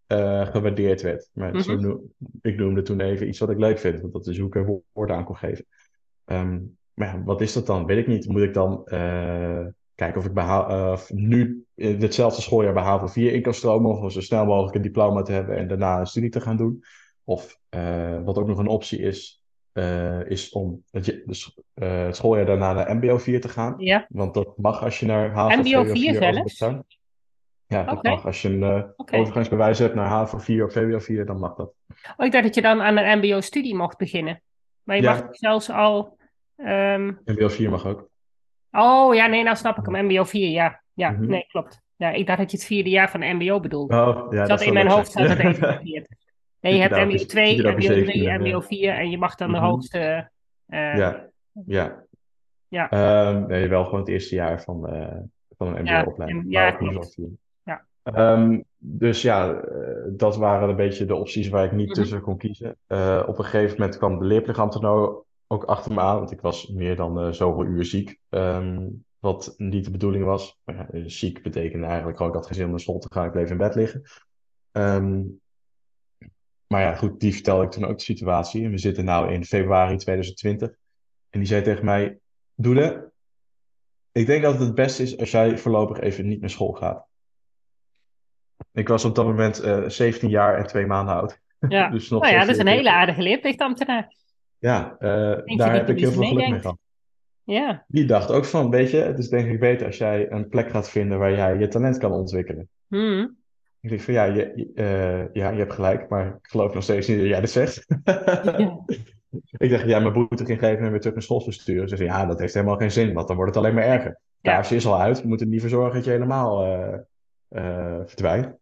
Speaker 2: eh, gewaardeerd werd. Maar zo
Speaker 1: Mhm.
Speaker 2: noem, ik noemde toen even iets wat ik leuk vind, want dat is hoe ik er wo- woorden aan kon geven. Ehm, maar ja, wat is dat dan? Weet ik niet. Moet ik dan eh, kijken of ik bij Ha- eh, of nu in hetzelfde schooljaar bij H A V O vier in kan stromen, of om zo snel mogelijk een diploma te hebben en daarna een studie te gaan doen? Of eh, wat ook nog een optie is, eh, is om het, je- dus, eh, het schooljaar daarna naar M B O vier te gaan.
Speaker 1: Ja.
Speaker 2: Want dat mag als je naar H A V O
Speaker 1: MBO
Speaker 2: V W O
Speaker 1: vier
Speaker 2: vier over bent
Speaker 1: zelfs?
Speaker 2: gaan. Ja, dat
Speaker 1: Oké,
Speaker 2: mag. Als je een eh,
Speaker 1: oké.
Speaker 2: overgangsbewijs hebt naar H A V O vier of V W O vier, dan mag dat.
Speaker 1: Oh, ik dacht dat je dan aan een MBO-studie mocht beginnen. Maar je mag
Speaker 2: Ja,
Speaker 1: zelfs al. ehm,
Speaker 2: M B O vier mag ook.
Speaker 1: Oh ja, nee, nou snap ik hem. MBO vier, ja. Ja,
Speaker 2: Mhm.
Speaker 1: nee, klopt. Ja, ik dacht dat je het vierde jaar van de M B O bedoelde.
Speaker 2: Oh, ja,
Speaker 1: Zat
Speaker 2: dat
Speaker 1: in
Speaker 2: zou
Speaker 1: mijn
Speaker 2: leuk
Speaker 1: hoofd
Speaker 2: zijn.
Speaker 1: zat het even verkeerd. Nee, je
Speaker 2: Zit je
Speaker 1: hebt
Speaker 2: daar op je,
Speaker 1: MBO
Speaker 2: zit je
Speaker 1: twee,
Speaker 2: daar op je
Speaker 1: MBO drie,
Speaker 2: zeventiende?
Speaker 1: MBO
Speaker 2: Ja.
Speaker 1: vier en je mag dan de
Speaker 2: Mhm.
Speaker 1: hoogste. eh,
Speaker 2: Ja, ja.
Speaker 1: ja,
Speaker 2: Ehm, nee, wel gewoon het eerste jaar van, eh, van een
Speaker 1: ja,
Speaker 2: M B O-opleiding.
Speaker 1: en-
Speaker 2: Maar
Speaker 1: ja,
Speaker 2: ook niveau
Speaker 1: klopt.
Speaker 2: vier.
Speaker 1: Ja.
Speaker 2: Ehm, dus ja, eh, dat waren een beetje de opties waar ik niet
Speaker 1: Mhm.
Speaker 2: tussen kon kiezen. Eh, op een gegeven moment kwam de leerplichtambtenaar ook achter me aan, want ik was meer dan eh, zoveel uur ziek. Ehm, wat niet de bedoeling was. Maar ja, eh, ziek betekende eigenlijk gewoon, ik had geen zin om naar school te gaan, ik bleef in bed liggen. Ehm, maar ja, goed, die vertelde ik toen ook de situatie. En we zitten nu in februari tweeduizend twintig. En die zei tegen mij, Doede, ik denk dat het het beste is als jij voorlopig even niet naar school gaat. Ik was op dat moment eh zeventien jaar en twee maanden oud.
Speaker 1: Ja,
Speaker 2: Dus nog
Speaker 1: nou ja,
Speaker 2: steeds
Speaker 1: dat is
Speaker 2: heel
Speaker 1: een hele
Speaker 2: kind.
Speaker 1: aardige leerplichtambtenaar.
Speaker 2: Ja, eh,
Speaker 1: Eentje
Speaker 2: daar
Speaker 1: die
Speaker 2: heb ik heel
Speaker 1: tenminste
Speaker 2: veel geluk mee
Speaker 1: meedenkt.
Speaker 2: gehad.
Speaker 1: Ja.
Speaker 2: Die dacht ook van, weet je, het is denk ik beter als jij een plek gaat vinden waar jij je talent kan ontwikkelen.
Speaker 1: Mhm.
Speaker 2: Ik denk van, ja, je, je- eh, ja, je hebt gelijk, maar ik geloof nog steeds niet dat jij dat zegt.
Speaker 1: Ja.
Speaker 2: Ik dacht, jij mijn boete ging geven en weer terug naar school versturen. Ze zei, ja, dat heeft helemaal geen zin, want dan wordt het alleen maar erger.
Speaker 1: Ja.
Speaker 2: Kaarsje is al uit, we moeten er niet voor zorgen dat je helemaal eh, eh, verdwijnt.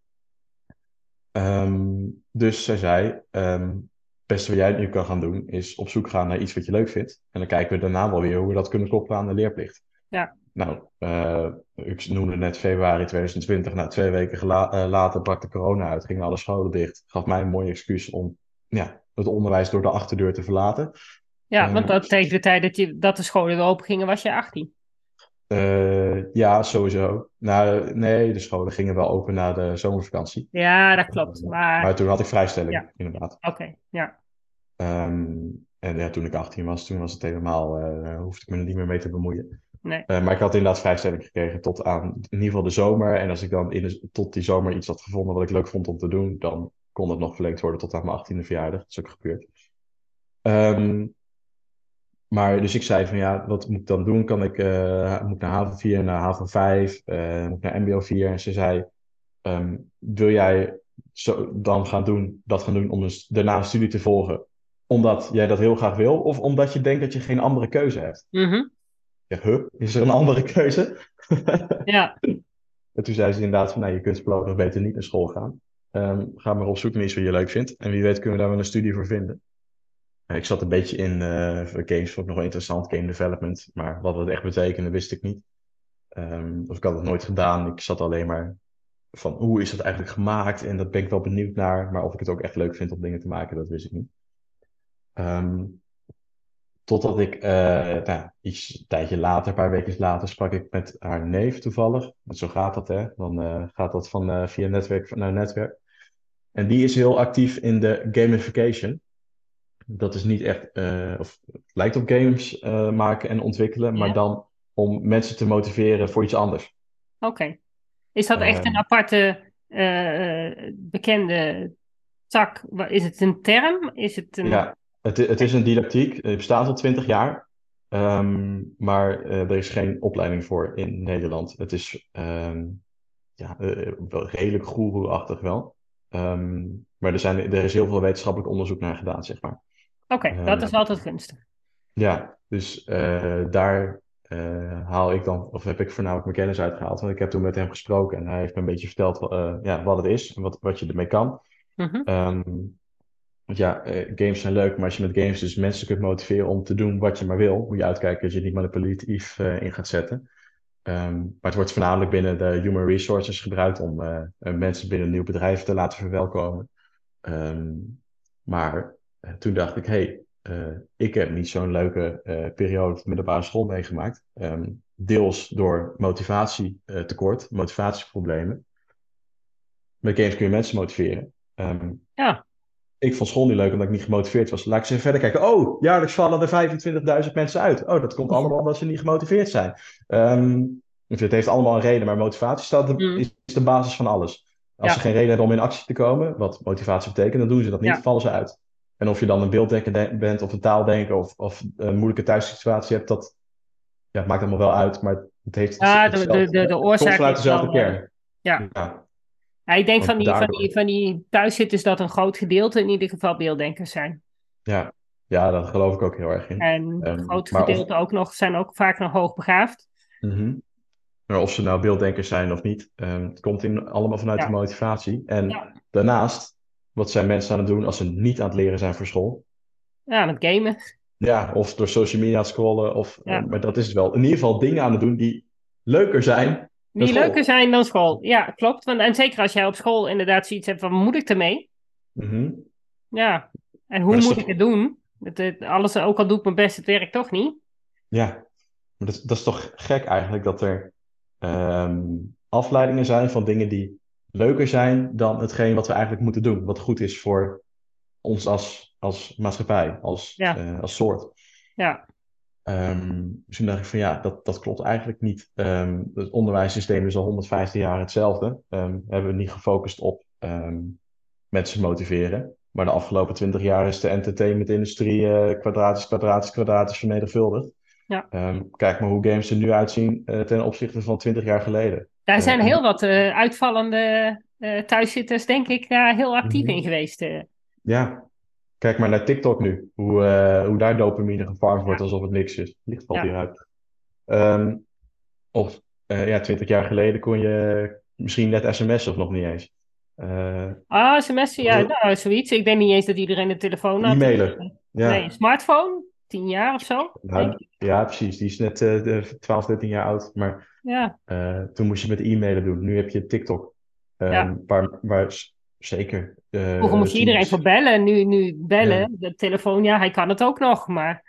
Speaker 2: Ehm, dus zij zei, ehm, het beste wat jij nu kan gaan doen, is op zoek gaan naar iets wat je leuk vindt. En dan kijken we daarna wel weer hoe we dat kunnen koppelen aan de leerplicht.
Speaker 1: Ja.
Speaker 2: Nou, eh, ik noemde net februari tweeduizend twintig. Nou, twee weken gela- eh, later brak de corona uit, gingen alle scholen dicht. Gaf mij een mooi excuus om ja, het onderwijs door de achterdeur te verlaten.
Speaker 1: Ja, want
Speaker 2: Ehm,
Speaker 1: dat tegen de tijd dat, je, dat de scholen weer open gingen, was je achttien.
Speaker 2: eh, ja, sowieso. Nou, nee, de scholen gingen wel open na de zomervakantie.
Speaker 1: Ja, dat klopt.
Speaker 2: Maar
Speaker 1: Maar
Speaker 2: toen had ik vrijstelling,
Speaker 1: ja,
Speaker 2: inderdaad.
Speaker 1: oké. Ja.
Speaker 2: Ehm, en ja, toen ik achttien was, toen was het helemaal, eh hoefde ik me er niet meer mee te bemoeien.
Speaker 1: Nee.
Speaker 2: Eh, maar ik had inderdaad vrijstelling gekregen tot aan in ieder geval de zomer. En als ik dan in de, tot die zomer iets had gevonden wat ik leuk vond om te doen, dan kon het nog verlengd worden tot aan mijn achttiende verjaardag. Dat is ook gebeurd. Ehm, maar dus ik zei van ja, wat moet ik dan doen? Kan ik, eh, moet ik naar HAVO vier, naar HAVO vijf, eh, moet ik naar M B O vier? En ze zei, ehm, wil jij zo, dan gaan doen, dat gaan doen om een, s- daarna een studie te volgen, omdat jij dat heel graag wil, of omdat je denkt dat je geen andere keuze hebt?
Speaker 1: Mhm.
Speaker 2: Ik zeg, huh, is er een andere keuze?
Speaker 1: Ja.
Speaker 2: En toen zei ze inderdaad van, nou, je kunt voorlopig beter niet naar school gaan. Ehm, ga maar op zoek naar iets wat je leuk vindt. En wie weet kunnen we daar wel een studie voor vinden. Eh, ik zat een beetje in eh games, vond ik nog wel interessant, game development. Maar wat het echt betekende, wist ik niet. Ehm, of ik had het nooit gedaan. Ik zat alleen maar van, hoe is dat eigenlijk gemaakt? En dat ben ik wel benieuwd naar. Maar of ik het ook echt leuk vind om dingen te maken, dat wist ik niet. Ehm, Totdat ik, eh nou, iets een tijdje later, een paar weken later, sprak ik met haar neef toevallig. Want zo gaat dat, hè? Dan eh, gaat dat van eh, via netwerk naar netwerk. En die is heel actief in de gamification. Dat is niet echt, eh, of het lijkt op games eh, maken en ontwikkelen, maar
Speaker 1: Ja.
Speaker 2: dan om mensen te motiveren voor iets anders.
Speaker 1: Oké. Is dat echt een
Speaker 2: Ehm,
Speaker 1: aparte, eh, eh, bekende tak? Wa- Is het een term? Is het een...
Speaker 2: ja, het, i- het is een didactiek. Het bestaat al twintig jaar. Ehm, maar eh, er is geen opleiding voor in Nederland. Het is ehm, ja, eh, wel redelijk goeroe-achtig wel. Ehm, maar er zijn, er is heel veel wetenschappelijk onderzoek naar gedaan, zeg maar.
Speaker 1: Oké, dat
Speaker 2: Ehm,
Speaker 1: is altijd gunstig.
Speaker 2: ja, dus eh, daar eh, haal ik dan, of heb ik voornamelijk mijn kennis uitgehaald. Want ik heb toen met hem gesproken en hij heeft me een beetje verteld eh, ja, wat het is en wat, wat je ermee kan.
Speaker 1: Mhm.
Speaker 2: Ehm, want ja, eh, games zijn leuk, maar als je met games dus mensen kunt motiveren om te doen wat je maar wil, moet je uitkijken dat je het niet manipulatief eh, in gaat zetten. Ehm, maar het wordt voornamelijk binnen de human resources gebruikt om eh, eh, mensen binnen een nieuw bedrijf te laten verwelkomen. Ehm, maar eh, toen dacht ik, hey, eh, ik heb niet zo'n leuke eh, periode op de middelbare school meegemaakt. Ehm, deels door motivatietekort, motivatieproblemen. met games kun je mensen motiveren. Um,
Speaker 1: Ja.
Speaker 2: Ik vond school niet leuk omdat ik niet gemotiveerd was. Laat ik eens even verder kijken. Oh, jaarlijks vallen er vijfentwintigduizend mensen uit. Oh, dat komt allemaal omdat ze niet gemotiveerd zijn. Um, het heeft allemaal een reden, maar motivatie staat de,
Speaker 1: Mm.
Speaker 2: is de basis van alles. Als
Speaker 1: Ja.
Speaker 2: ze geen reden hebben om in actie te komen, wat motivatie betekent, dan doen ze dat niet,
Speaker 1: Ja.
Speaker 2: vallen ze uit. En of je dan een beelddenker de- bent of een taaldenker of, of een moeilijke thuissituatie hebt, dat ja, maakt allemaal wel uit, maar het heeft het,
Speaker 1: Ja, de, de,
Speaker 2: hetzelfde,
Speaker 1: de, de
Speaker 2: het komt
Speaker 1: oorzaak
Speaker 2: vanuit
Speaker 1: is
Speaker 2: dezelfde
Speaker 1: wel... uh,
Speaker 2: kern.
Speaker 1: ja.
Speaker 2: Ja,
Speaker 1: Ja, ik denk van
Speaker 2: want
Speaker 1: die, van,
Speaker 2: daardoor,
Speaker 1: die, van die thuiszitters dat een groot gedeelte in ieder geval beelddenkers zijn.
Speaker 2: ja, ja, daar geloof ik ook heel erg in.
Speaker 1: En een
Speaker 2: Um,
Speaker 1: groot
Speaker 2: maar of,
Speaker 1: gedeelte ook nog, zijn ook vaak nog hoogbegaafd.
Speaker 2: mhm. Maar of ze nou beelddenkers zijn of niet, um, het komt in, allemaal vanuit de
Speaker 1: Ja.
Speaker 2: motivatie. En
Speaker 1: Ja.
Speaker 2: daarnaast, wat zijn mensen aan het doen als ze niet aan het leren zijn voor school?
Speaker 1: Ja, met gamen.
Speaker 2: Ja, of door social media te scrollen. Of, uh,
Speaker 1: Ja.
Speaker 2: maar dat is het wel. In ieder geval dingen aan het doen die leuker zijn dan
Speaker 1: Die leuker
Speaker 2: school.
Speaker 1: zijn dan school. Ja, klopt. Want, en zeker als jij op school inderdaad zoiets hebt van, moet ik ermee?
Speaker 2: Mhm.
Speaker 1: Ja. En
Speaker 2: Maar
Speaker 1: hoe
Speaker 2: dat is
Speaker 1: moet
Speaker 2: toch,
Speaker 1: ik het doen? Het, het, alles, ook al doe ik mijn best, het werkt toch niet?
Speaker 2: ja, maar dat, dat is toch gek eigenlijk dat er ehm, afleidingen zijn van dingen die leuker zijn dan hetgeen wat we eigenlijk moeten doen. Wat goed is voor ons als, als maatschappij, als,
Speaker 1: Ja.
Speaker 2: uh, als soort.
Speaker 1: Ja.
Speaker 2: Um, dus toen dacht ik van ja, dat, dat klopt eigenlijk niet. Um, het onderwijssysteem is al honderdvijftig jaar hetzelfde. Um, we hebben niet gefocust op um, mensen motiveren. Maar de afgelopen twintig jaar is de entertainmentindustrie uh, kwadratisch, kwadratisch, kwadratisch vermenigvuldigd.
Speaker 1: Ja.
Speaker 2: Um, kijk maar hoe games er nu uitzien uh, ten opzichte van twintig jaar geleden.
Speaker 1: Daar
Speaker 2: Uh,
Speaker 1: zijn
Speaker 2: en...
Speaker 1: heel wat uh, uitvallende uh, thuiszitters, denk ik, daar heel actief
Speaker 2: mm-hmm.
Speaker 1: in geweest. Uh.
Speaker 2: Ja, kijk maar naar TikTok nu. Hoe, uh, hoe daar dopamine gefarmd wordt
Speaker 1: Ja.
Speaker 2: alsof het niks is. Licht valt
Speaker 1: Ja.
Speaker 2: hieruit. Um, of uh, ja, twintig jaar geleden kon je misschien net sms'en of nog niet eens. Uh,
Speaker 1: ah, sms'en, ja, nou, zoiets. Ik denk niet eens dat iedereen een telefoon had.
Speaker 2: E-mailen, ja.
Speaker 1: Nee, een smartphone, tien jaar of zo.
Speaker 2: Nou, ja, precies. Die is net uh, twaalf, dertien jaar oud. Maar
Speaker 1: ja.
Speaker 2: uh, toen moest je met e-mailen doen. Nu heb je TikTok. Um, ja. Waar, waar zeker... Uh,
Speaker 1: Vroeger moest je iedereen voor bellen. Nu, nu bellen, ja. De telefoon, ja, hij kan het ook nog, maar...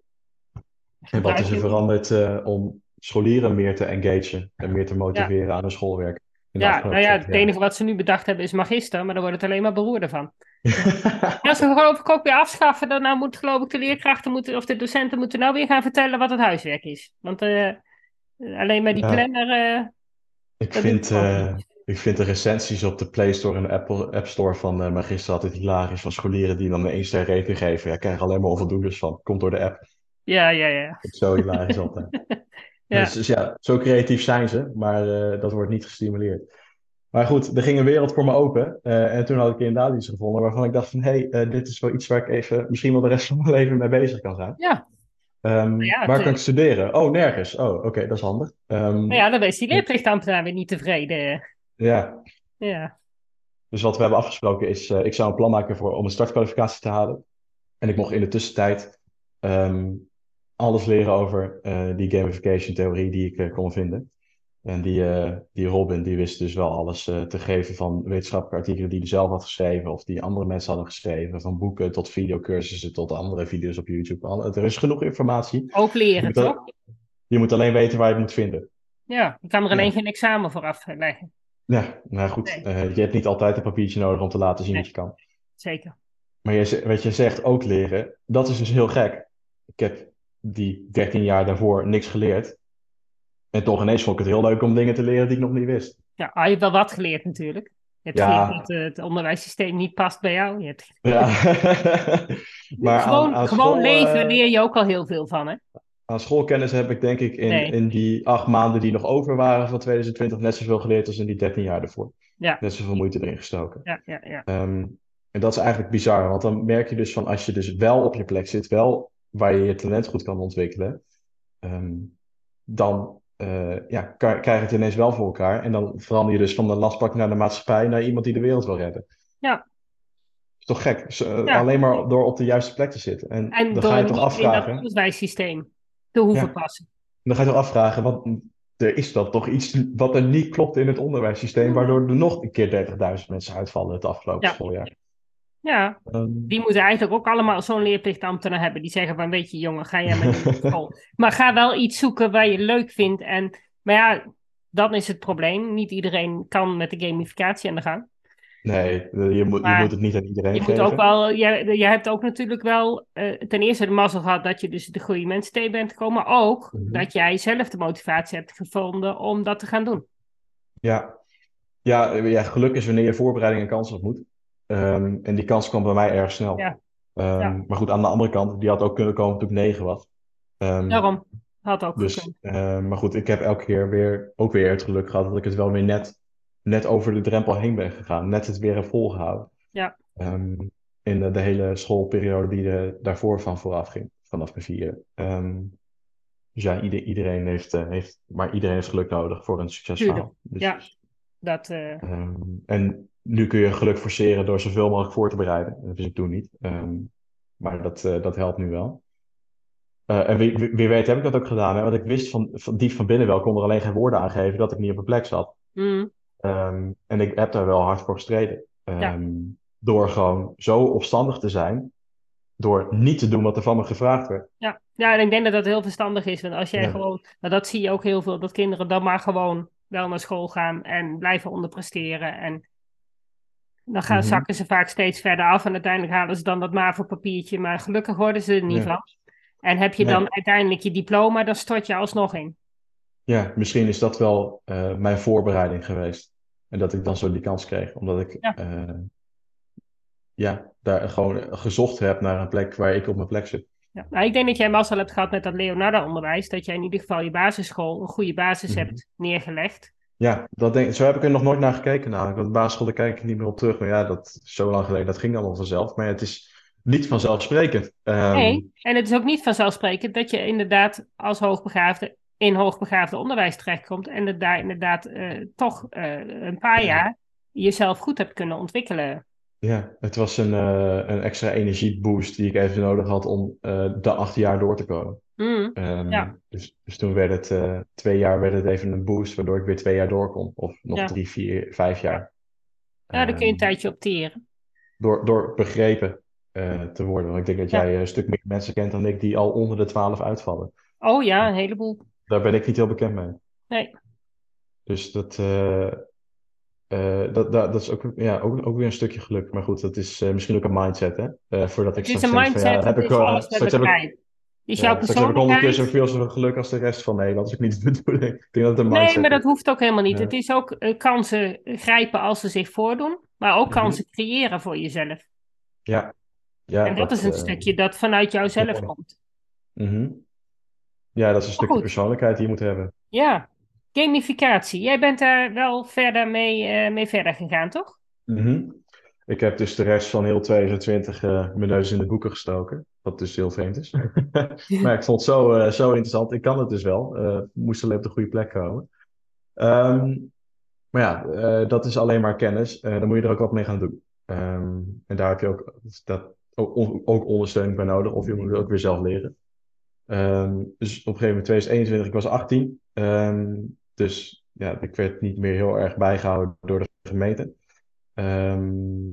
Speaker 2: En wat is er veranderd uh, om scholieren meer te engagen en meer te motiveren ja. aan hun schoolwerk?
Speaker 1: Ja, nou ja, het enige wat ze nu bedacht hebben is magister, maar daar wordt het alleen maar beroerder van. Als ze geloof ik ook weer afschaffen, dan nou moet geloof ik de leerkrachten moeten, of de docenten moeten nou weer gaan vertellen wat het huiswerk is. Want uh, alleen maar die ja. planner... Uh,
Speaker 2: ik, vind, uh, ik vind de recensies op de Play Store en de Apple App Store van uh, magister altijd hilarisch, van scholieren die dan een één ster rating geven. Ja, ik krijg alleen maar onvoldoendes van. Komt door de app.
Speaker 1: Ja, ja, ja.
Speaker 2: Zo hilarisch altijd. ja. Dus, dus ja, zo creatief zijn ze, maar uh, dat wordt niet gestimuleerd. Maar goed, er ging een wereld voor me open. Uh, en toen had ik inderdaad iets gevonden waarvan ik dacht van... hé, hey, uh, dit is wel iets waar ik even misschien wel de rest van mijn leven mee bezig kan zijn.
Speaker 1: Ja.
Speaker 2: Um, ja waar kan ik studeren? Oh, nergens. Oh, oké, okay, dat is handig. Um,
Speaker 1: nou ja, dan is die leerplichtambtenaar weer niet tevreden.
Speaker 2: Ja.
Speaker 1: Ja.
Speaker 2: Dus wat we hebben afgesproken is... Uh, ik zou een plan maken voor, om een startkwalificatie te halen. En ik mocht in de tussentijd... Um, alles leren over uh, die gamification theorie die ik uh, kon vinden. En die, uh, die Robin, die wist dus wel alles uh, te geven van wetenschappelijke artikelen die hij zelf had geschreven of die andere mensen hadden geschreven. Van boeken tot videocursussen tot andere video's op YouTube. Er is genoeg informatie.
Speaker 1: Ook leren,
Speaker 2: je
Speaker 1: toch?
Speaker 2: Al, je moet alleen weten waar je het moet vinden.
Speaker 1: Ja, je kan er alleen ja. geen examen voor afleggen.
Speaker 2: Ja, nou goed. Nee. Uh, je hebt niet altijd een papiertje nodig om te laten zien nee. wat je kan.
Speaker 1: Zeker.
Speaker 2: Maar je, wat je zegt, ook leren, dat is dus heel gek. Ik heb die dertien jaar daarvoor niks geleerd. En toch ineens vond ik het heel leuk om dingen te leren die ik nog niet wist.
Speaker 1: Ja, je hebt wel wat geleerd natuurlijk. Je hebt ja. geleerd dat uh, het onderwijssysteem niet past bij jou. Je hebt...
Speaker 2: Ja.
Speaker 1: maar gewoon aan, aan gewoon school, leven uh... leer je ook al heel veel van, hè?
Speaker 2: Aan schoolkennis heb ik denk ik in, nee. in die acht maanden die nog over waren van twintig twintig net zoveel geleerd als in die dertien jaar ervoor.
Speaker 1: Ja.
Speaker 2: Net zoveel moeite erin gestoken.
Speaker 1: Ja, ja, ja.
Speaker 2: Um, en dat is eigenlijk bizar, want dan merk je dus van als je dus wel op je plek zit, wel waar je je talent goed kan ontwikkelen, um, dan uh, ja, krijg je het ineens wel voor elkaar. En dan verander je dus van de lastpak naar de maatschappij naar iemand die de wereld wil redden.
Speaker 1: Ja.
Speaker 2: Is toch gek? Dus, uh, ja. Alleen maar door op de juiste plek te zitten. En,
Speaker 1: en
Speaker 2: dan
Speaker 1: door
Speaker 2: ga je toch afvragen.
Speaker 1: in dat onderwijssysteem te hoeven ja. passen.
Speaker 2: Dan ga je toch afvragen, wat, er is dat toch iets wat er niet klopt in het onderwijssysteem, waardoor er nog een keer dertigduizend mensen uitvallen het afgelopen ja. schooljaar.
Speaker 1: Ja, um, die moeten eigenlijk ook allemaal zo'n leerplichtambtenaar hebben. Die zeggen van, weet je jongen, ga jij maar niet naar school. Maar ga wel iets zoeken waar je leuk vindt. En, maar ja, dan is het probleem. Niet iedereen kan met de gamificatie aan de gang.
Speaker 2: Nee, je moet, je moet
Speaker 1: Maar
Speaker 2: het niet aan iedereen
Speaker 1: je moet ook
Speaker 2: geven.
Speaker 1: wel, jij, jij hebt ook natuurlijk wel eh, ten eerste de mazzel gehad dat je dus de goede mensen tegen bent gekomen, maar ook
Speaker 2: Mhm.
Speaker 1: dat jij zelf de motivatie hebt gevonden om dat te gaan doen.
Speaker 2: Ja. Ja, eh, ja, geluk is wanneer je voorbereiding een kans op moet. Ehm, en die kans kwam bij mij erg snel.
Speaker 1: Ja,
Speaker 2: Ehm,
Speaker 1: ja,
Speaker 2: maar goed, aan de andere kant, die had ook kunnen komen toen ik negen was. Ehm,
Speaker 1: daarom. Had ook
Speaker 2: dus,
Speaker 1: gekund.
Speaker 2: ehm, maar goed, ik heb elke keer weer, ook weer het geluk gehad dat ik het wel weer net, net over de drempel heen ben gegaan. Net het weer heb volgehouden.
Speaker 1: Ja,
Speaker 2: Ehm, in de, de hele schoolperiode die er daarvoor van vooraf ging, vanaf mijn vier. Ehm, dus ja, ieder- iedereen heeft, eh, heeft, maar iedereen heeft geluk nodig voor een
Speaker 1: tuurlijk.
Speaker 2: succesverhaal. Dus
Speaker 1: Ja, dat, eh,
Speaker 2: Ehm, en nu kun je geluk forceren door zoveel mogelijk voor te bereiden. Dat wist ik toen niet. Ehm, maar dat, eh, dat helpt nu wel. Eh, en wie, wie, wie weet heb ik dat ook gedaan. Hè? Want ik wist van, van diep van binnen wel, ik kon er alleen geen woorden aan geven dat ik niet op mijn plek zat.
Speaker 1: mm,
Speaker 2: Ehm, en ik heb daar wel hard voor gestreden.
Speaker 1: ja.
Speaker 2: Ehm, door gewoon zo opstandig te zijn. Door niet te doen wat er van me gevraagd werd.
Speaker 1: Ja. Ja, en ik denk dat dat heel verstandig is. Want als jij
Speaker 2: Ja.
Speaker 1: gewoon, nou, dat zie je ook heel veel, dat kinderen dan maar gewoon wel naar school gaan en blijven onderpresteren. En dan gaan,
Speaker 2: Mhm.
Speaker 1: zakken ze vaak steeds verder af en uiteindelijk halen ze dan dat MAVO-papiertje, maar gelukkig worden ze er niet
Speaker 2: Ja.
Speaker 1: van. En heb je dan
Speaker 2: Nee.
Speaker 1: uiteindelijk je diploma, dan stort je alsnog in.
Speaker 2: Ja, misschien is dat wel eh, mijn voorbereiding geweest. En dat ik dan zo die kans kreeg. Omdat ik
Speaker 1: Ja,
Speaker 2: eh, ja, daar gewoon gezocht heb naar een plek waar ik op mijn plek zit.
Speaker 1: ja. Nou, ik denk dat jij mazzel hebt gehad met dat Leonardo-onderwijs, dat jij in ieder geval je basisschool een goede basis
Speaker 2: Mhm.
Speaker 1: hebt neergelegd.
Speaker 2: Ja, dat denk, zo heb ik er nog nooit naar gekeken namelijk. Want de basisschool, daar kijk ik niet meer op terug. Maar ja, dat is zo lang geleden, dat ging allemaal vanzelf. Maar het is niet vanzelfsprekend. Ehm,
Speaker 1: Nee, en het is ook niet vanzelfsprekend dat je inderdaad als hoogbegaafde in hoogbegaafde onderwijs terechtkomt en dat daar inderdaad eh, toch eh, een paar
Speaker 2: ja,
Speaker 1: jaar jezelf goed hebt kunnen ontwikkelen.
Speaker 2: ja, het was een, eh, een extra energieboost die ik even nodig had om eh, de acht jaar door te komen.
Speaker 1: Mm,
Speaker 2: Ehm,
Speaker 1: ja,
Speaker 2: dus, dus toen werd het eh, twee jaar werd het even een boost, waardoor ik weer twee jaar door kon. Of nog
Speaker 1: ja,
Speaker 2: drie, vier, vijf
Speaker 1: ja.
Speaker 2: jaar.
Speaker 1: Ja, daar kun je
Speaker 2: Ehm,
Speaker 1: een tijdje op teren.
Speaker 2: door, door begrepen eh, te worden. Want ik denk dat
Speaker 1: Ja.
Speaker 2: jij een stuk meer mensen kent dan ik die al onder de twaalf uitvallen.
Speaker 1: Oh ja, een heleboel.
Speaker 2: Daar ben ik niet heel bekend mee.
Speaker 1: Nee.
Speaker 2: Dus dat, eh, eh, dat, dat, dat is ook, ja, ook, ook weer een stukje geluk. Maar goed, dat is eh, misschien ook een mindset, hè? Eh, voordat ik
Speaker 1: Het is
Speaker 2: straks
Speaker 1: een
Speaker 2: denk van ja,
Speaker 1: mindset,
Speaker 2: heb
Speaker 1: het
Speaker 2: ik,
Speaker 1: is
Speaker 2: eh,
Speaker 1: alles met
Speaker 2: straks heb ik,
Speaker 1: elkaar. Is jouw
Speaker 2: ja, straks heb ik honderd keer
Speaker 1: persoonlijkheid?
Speaker 2: zoveel zoveel geluk als de rest van Nederland. Dat is ook niet de bedoeling. Ik denk dat het een
Speaker 1: Nee, maar
Speaker 2: mindset
Speaker 1: dat
Speaker 2: is.
Speaker 1: hoeft ook helemaal niet. Het
Speaker 2: Ja.
Speaker 1: is ook eh, kansen grijpen als ze zich voordoen, maar ook
Speaker 2: Mhm.
Speaker 1: kansen creëren voor jezelf.
Speaker 2: Ja, ja,
Speaker 1: En dat is
Speaker 2: dat
Speaker 1: een
Speaker 2: eh,
Speaker 1: stukje dat vanuit
Speaker 2: dat is
Speaker 1: jouzelf
Speaker 2: mooi.
Speaker 1: komt.
Speaker 2: Mhm. Ja, dat is een
Speaker 1: Maar
Speaker 2: stukje
Speaker 1: goed,
Speaker 2: persoonlijkheid die je moet hebben.
Speaker 1: ja. Gamificatie. Jij bent daar wel verder mee, eh, mee verder gegaan, toch?
Speaker 2: Mhm. Ik heb dus de rest van heel twintig twintig eh mijn neus in de boeken gestoken. Wat dus heel vreemd is. Maar ik vond het zo, eh, zo interessant. Ik kan het dus wel. Eh moest alleen op de goede plek komen. Ehm, maar ja, eh, dat is alleen maar kennis. Eh dan moet je er ook wat mee gaan doen. Ehm, en daar heb je ook, dat, ook, ook ondersteuning bij nodig. Of je moet het ook weer zelf leren. Ehm, dus op een gegeven moment twintig eenentwintig, ik was achttien. Ehm, dus ja, ik werd niet meer heel erg bijgehouden door de gemeente. Ehm,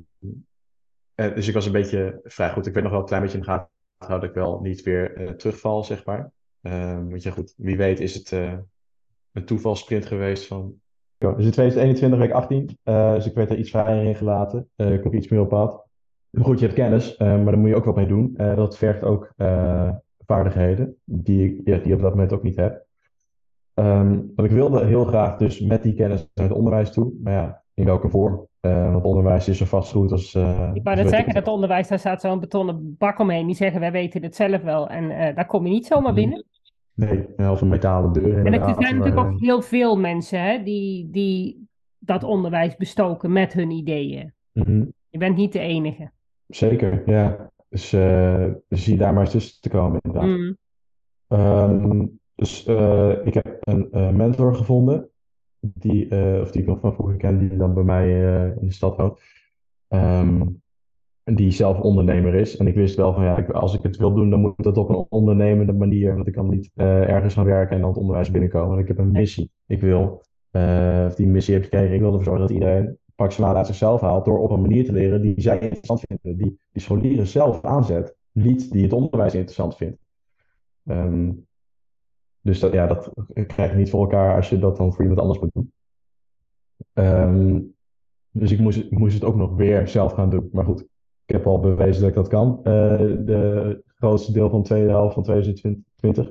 Speaker 2: eh, dus ik was een beetje vrij goed. Ik werd nog wel een klein beetje in de gaten houden dat ik wel niet weer eh, terugval, zeg maar. Ehm want ja, goed, wie weet is het eh, een toevalsprint geweest van... Ja, dus in twintig eenentwintig werd ik achttien, eh, dus ik werd er iets vrijer in gelaten. Eh, ik kwam iets meer op pad. Maar goed, je hebt kennis, eh, maar daar moet je ook wat mee doen. Eh, dat vergt ook eh, vaardigheden die ik ja, die op dat moment ook niet heb. Ehm, want ik wilde heel graag dus met die kennis naar het onderwijs toe. Maar ja, in welke vorm? Eh, want onderwijs is zo vastgeroest als, eh
Speaker 1: Ik wou
Speaker 2: als
Speaker 1: net
Speaker 2: weet ik
Speaker 1: zeggen,
Speaker 2: het
Speaker 1: dat
Speaker 2: wel.
Speaker 1: onderwijs, daar staat zo'n betonnen bak omheen. Die zeggen, wij weten het zelf wel. En eh, daar kom je niet zomaar
Speaker 2: Mhm.
Speaker 1: binnen.
Speaker 2: Nee, of een metalen deur
Speaker 1: En er
Speaker 2: inderdaad.
Speaker 1: zijn natuurlijk
Speaker 2: Waar,
Speaker 1: ook heel veel mensen hè, die, die dat onderwijs bestoken met hun ideeën.
Speaker 2: mhm.
Speaker 1: Je bent niet de enige.
Speaker 2: Zeker, ja. Dus eh, zie je daar maar eens tussen te komen inderdaad.
Speaker 1: Mm.
Speaker 2: Ehm, dus eh, ik heb een eh, mentor gevonden, die, eh, of die ik nog van vroeger ken, die dan bij mij eh, in de stad woont. Ehm, en die zelf ondernemer is. En ik wist wel van ja, ik, als ik het wil doen, dan moet dat op een ondernemende manier. Want ik kan niet eh, ergens gaan werken en dan het onderwijs binnenkomen. Want ik heb een
Speaker 1: Nee.
Speaker 2: missie. Ik wil, eh, of die missie heb ik gekregen, ik wil ervoor zorgen dat iedereen maximaal uit zichzelf haalt. Door op een manier te leren die zij interessant vinden. Die, die scholieren zelf aanzet. Niet die het onderwijs interessant vindt. Ehm, dus dat, ja, dat krijg je niet voor elkaar als je dat dan voor iemand anders moet doen. Ehm, Dus ik moest, ik moest het ook nog weer zelf gaan doen. Maar goed, ik heb al bewezen dat ik dat kan. Uh, de grootste deel van de tweede helft van twintig twintig.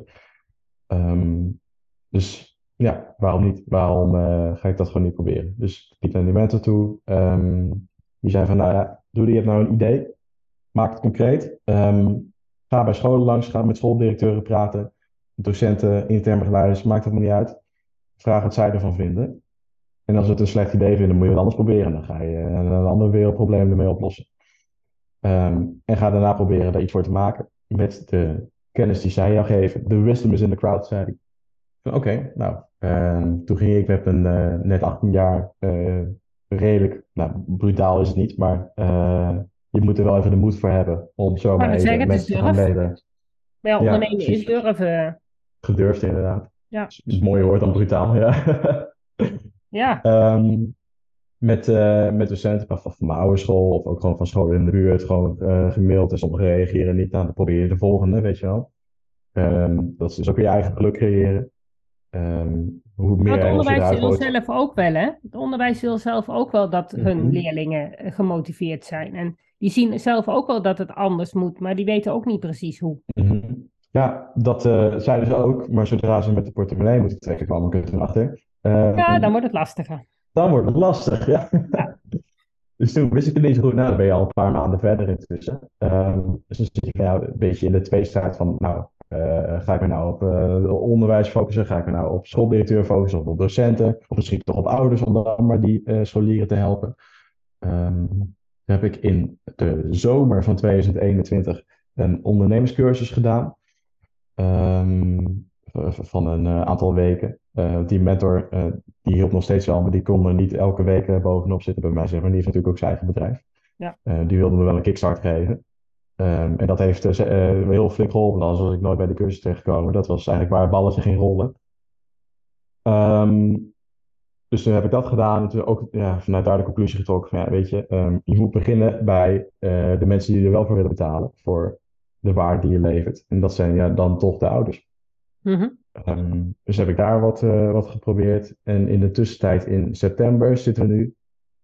Speaker 2: Um, dus ja, waarom niet? Waarom uh, ga ik dat gewoon niet proberen? Dus ik liep naar die mentor toe. Um, die zei van, nou ja, doe je hebt nou een idee. Maak het concreet. Um, ga bij scholen langs, ga met schooldirecteuren praten. Docenten, intern begeleiders, maakt het me niet uit. Vraag wat zij ervan vinden. En als we het een slecht idee vinden, moet je het anders proberen. Dan ga je een ander wereldprobleem ermee oplossen. Um, en ga daarna proberen daar iets voor te maken. Met de kennis die zij jou geven. The wisdom is in the crowd, zei hij. Oké, okay, nou. Um, toen ging ik met een uh, net achttien jaar. Uh, redelijk, nou, brutaal is het niet. Maar uh, je moet er wel even de moed voor hebben. Om zomaar even
Speaker 1: zeggen,
Speaker 2: mensen te gaan leden.
Speaker 1: Ja, ondernemen
Speaker 2: ja,
Speaker 1: is durven.
Speaker 2: Gedurfd inderdaad.
Speaker 1: Ja.
Speaker 2: Is mooier woord dan brutaal, ja.
Speaker 1: ja.
Speaker 2: Um, met, uh, met docenten van mijn oude school of ook gewoon van scholen in de buurt gewoon uh, gemaild en sommigen reageren niet. Nou, dan probeer je de volgende, weet je wel. Um, dat is dus ook weer je eigen geluk creëren. Um, hoe meer
Speaker 1: het onderwijs wil
Speaker 2: wordt...
Speaker 1: zelf ook wel, hè? Het onderwijs wil zelf ook wel dat hun
Speaker 2: mm-hmm.
Speaker 1: leerlingen gemotiveerd zijn. En die zien zelf ook wel dat het anders moet, maar die weten ook niet precies hoe.
Speaker 2: Mm-hmm. Ja, dat uh, zeiden ze ook, maar zodra ze met de portemonnee moeten trekken, kwam ik er achter.
Speaker 1: Uh, ja, dan wordt het lastiger.
Speaker 2: Dan wordt het lastig, ja. ja. Dus toen wist ik het niet zo goed. Nou, dan ben je al een paar maanden verder intussen. Um, dus dan zit je van, ja, een beetje in de tweestrijd van, nou, uh, ga ik me nou op uh, onderwijs focussen? Ga ik me nou op schooldirecteur focussen of op docenten? Of misschien toch op ouders om dan maar die uh, scholieren te helpen? Um, heb ik in de zomer van twintig eenentwintig een ondernemerscursus gedaan. Um, van een uh, aantal weken. Uh, die mentor, uh, die hielp nog steeds wel, maar die kon er niet elke week uh, bovenop zitten bij mij, zeg maar. Die heeft natuurlijk ook zijn eigen bedrijf.
Speaker 1: Ja.
Speaker 2: Uh, die wilde me wel een kickstart geven. Um, en dat heeft uh, heel flink geholpen. Anders was ik nooit bij de cursus terechtgekomen. Dat was eigenlijk waar het balletje ging rollen. Um, dus toen heb ik dat gedaan. En toen ook ja, vanuit daar de conclusie getrokken van, ja, weet je, um, je moet beginnen bij uh, de mensen die er wel voor willen betalen. Voor de waarde die je levert. En dat zijn ja, dan toch de ouders.
Speaker 1: Mm-hmm.
Speaker 2: Um, dus heb ik daar wat, uh, wat geprobeerd. En in de tussentijd, in september zitten we nu,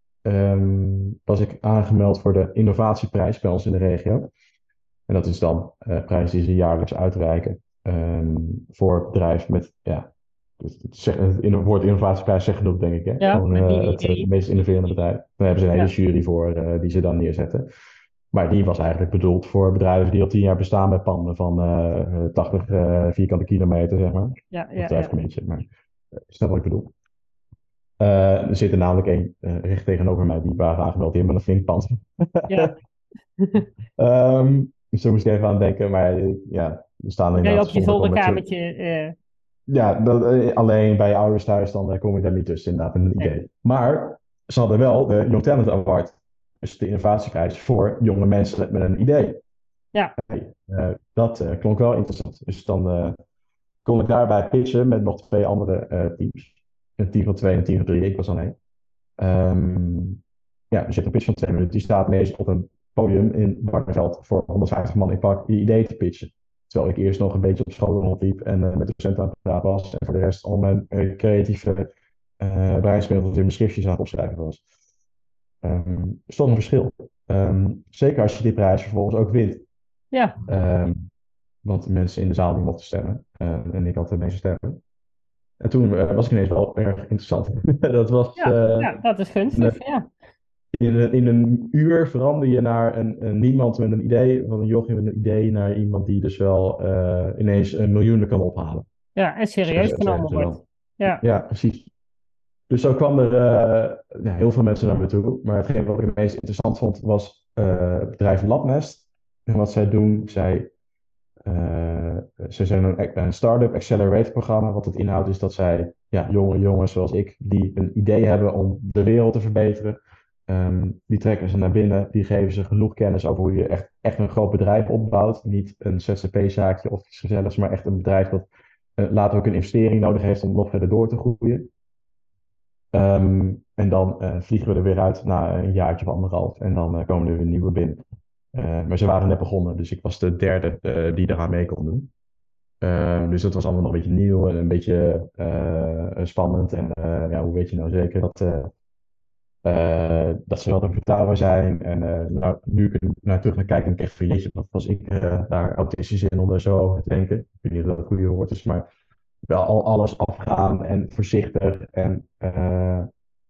Speaker 2: um, was ik aangemeld voor de innovatieprijs bij ons in de regio. En dat is dan een uh, prijs die ze jaarlijks uitreiken um, voor bedrijven met, ja, het, het, het woord innovatieprijs zegt genoeg, denk ik. Hè?
Speaker 1: Ja,
Speaker 2: Gewoon, uh, het, het meest innoverende bedrijf. Daar hebben ze een hele ja. jury voor uh, die ze dan neerzetten. Maar die was eigenlijk bedoeld voor bedrijven die al tien jaar bestaan met panden van uh, tachtig uh, vierkante kilometer, zeg maar.
Speaker 1: Ja, ja,
Speaker 2: of vijf
Speaker 1: ja.
Speaker 2: Beetje, maar uh, snap wat ik bedoel. Uh, er zit er namelijk één uh, recht tegenover mij, die waren aangemeld in met een flink pand.
Speaker 1: Ja.
Speaker 2: um, dus daar moest ik even aan denken, maar uh, ja, er staan inderdaad...
Speaker 1: Ja, op je zolderkamertje... Uh...
Speaker 2: Ja, dat, uh, alleen bij je ouders thuis, dan uh, kom ik daar niet tussen, inderdaad, met een idee. Nee. Maar ze hadden wel de Young Talent Award. Dus de innovatieprijs voor jonge mensen met een idee.
Speaker 1: Ja.
Speaker 2: Hey, uh, dat uh, klonk wel interessant. Dus dan uh, kon ik daarbij pitchen met nog twee andere uh, teams. Een team van twee en een team van drie. Ik was dan één. Um, ja, dus je hebt een pitch van twee minuten. Die staat ineens op een podium in Barneveld voor honderdvijftig man in pak je idee te pitchen. Terwijl ik eerst nog een beetje op school rondliep en uh, met de docenten aan het praten was. En voor de rest al mijn uh, creatieve uh, breinsmiddels in mijn schriftjes aan het opschrijven was. Um, is toch een verschil. Um, zeker als je die prijs vervolgens ook wint.
Speaker 1: Ja.
Speaker 2: Um, want de mensen in de zaal die mochten stemmen. Uh, en ik had de meeste stemmen. En toen uh, was ik ineens wel erg interessant. dat was...
Speaker 1: Ja,
Speaker 2: uh,
Speaker 1: ja, dat is gunstig, uh, ja.
Speaker 2: In een, in een uur verander je naar een, een niemand met een idee, van een jochie met een idee, naar iemand die dus wel uh, ineens een miljoenen kan ophalen.
Speaker 1: Ja, en serieus genomen wordt. Ja.
Speaker 2: ja, precies. Dus zo kwam er uh, ja, heel veel mensen naar me toe. Maar hetgeen wat ik het meest interessant vond, was uh, het bedrijf Labnest. En wat zij doen, zij, uh, zij zijn een, een start-up accelerator programma. Wat het inhoudt is dat zij ja, jonge jongens zoals ik, die een idee hebben om de wereld te verbeteren. Um, die trekken ze naar binnen, die geven ze genoeg kennis over hoe je echt, echt een groot bedrijf opbouwt. Niet een Z Z P-zaakje of iets gezelligs, maar echt een bedrijf dat uh, later ook een investering nodig heeft om nog verder door te groeien. Um, en dan uh, vliegen we er weer uit na een jaartje of anderhalf. En dan uh, komen er weer nieuwe binnen. Uh, maar ze waren net begonnen, dus ik was de derde uh, die eraan mee kon doen. Uh, dus dat was allemaal nog een beetje nieuw en een beetje uh, spannend. En uh, ja, hoe weet je nou zeker dat, uh, Uh, dat ze wel te vertrouwen zijn. En uh, nou, nu ik er naar terug naar kijk, denk ik echt van jeetje, wat was ik uh, daar autistisch in om er zo over te denken. Ik weet niet of dat het goede woord is, maar wel al alles afgaan en voorzichtig en uh,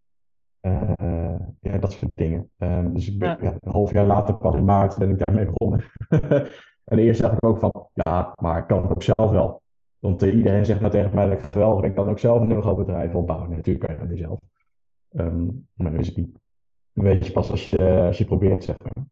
Speaker 2: uh, ja, dat soort dingen. Um, dus ik ben,
Speaker 1: Ja.
Speaker 2: ja, een half jaar later, pas in maart, ben ik daarmee begonnen. En eerst dacht ik ook van, ja, maar ik kan het ook zelf wel. Want uh, iedereen zegt nou tegen mij dat ik geweldig ben, ik kan ook zelf een heel groot bedrijf opbouwen. Nee, natuurlijk kan je dat niet zelf. Um, maar dat is het niet. Dat weet je pas als je, als je probeert, zeg maar.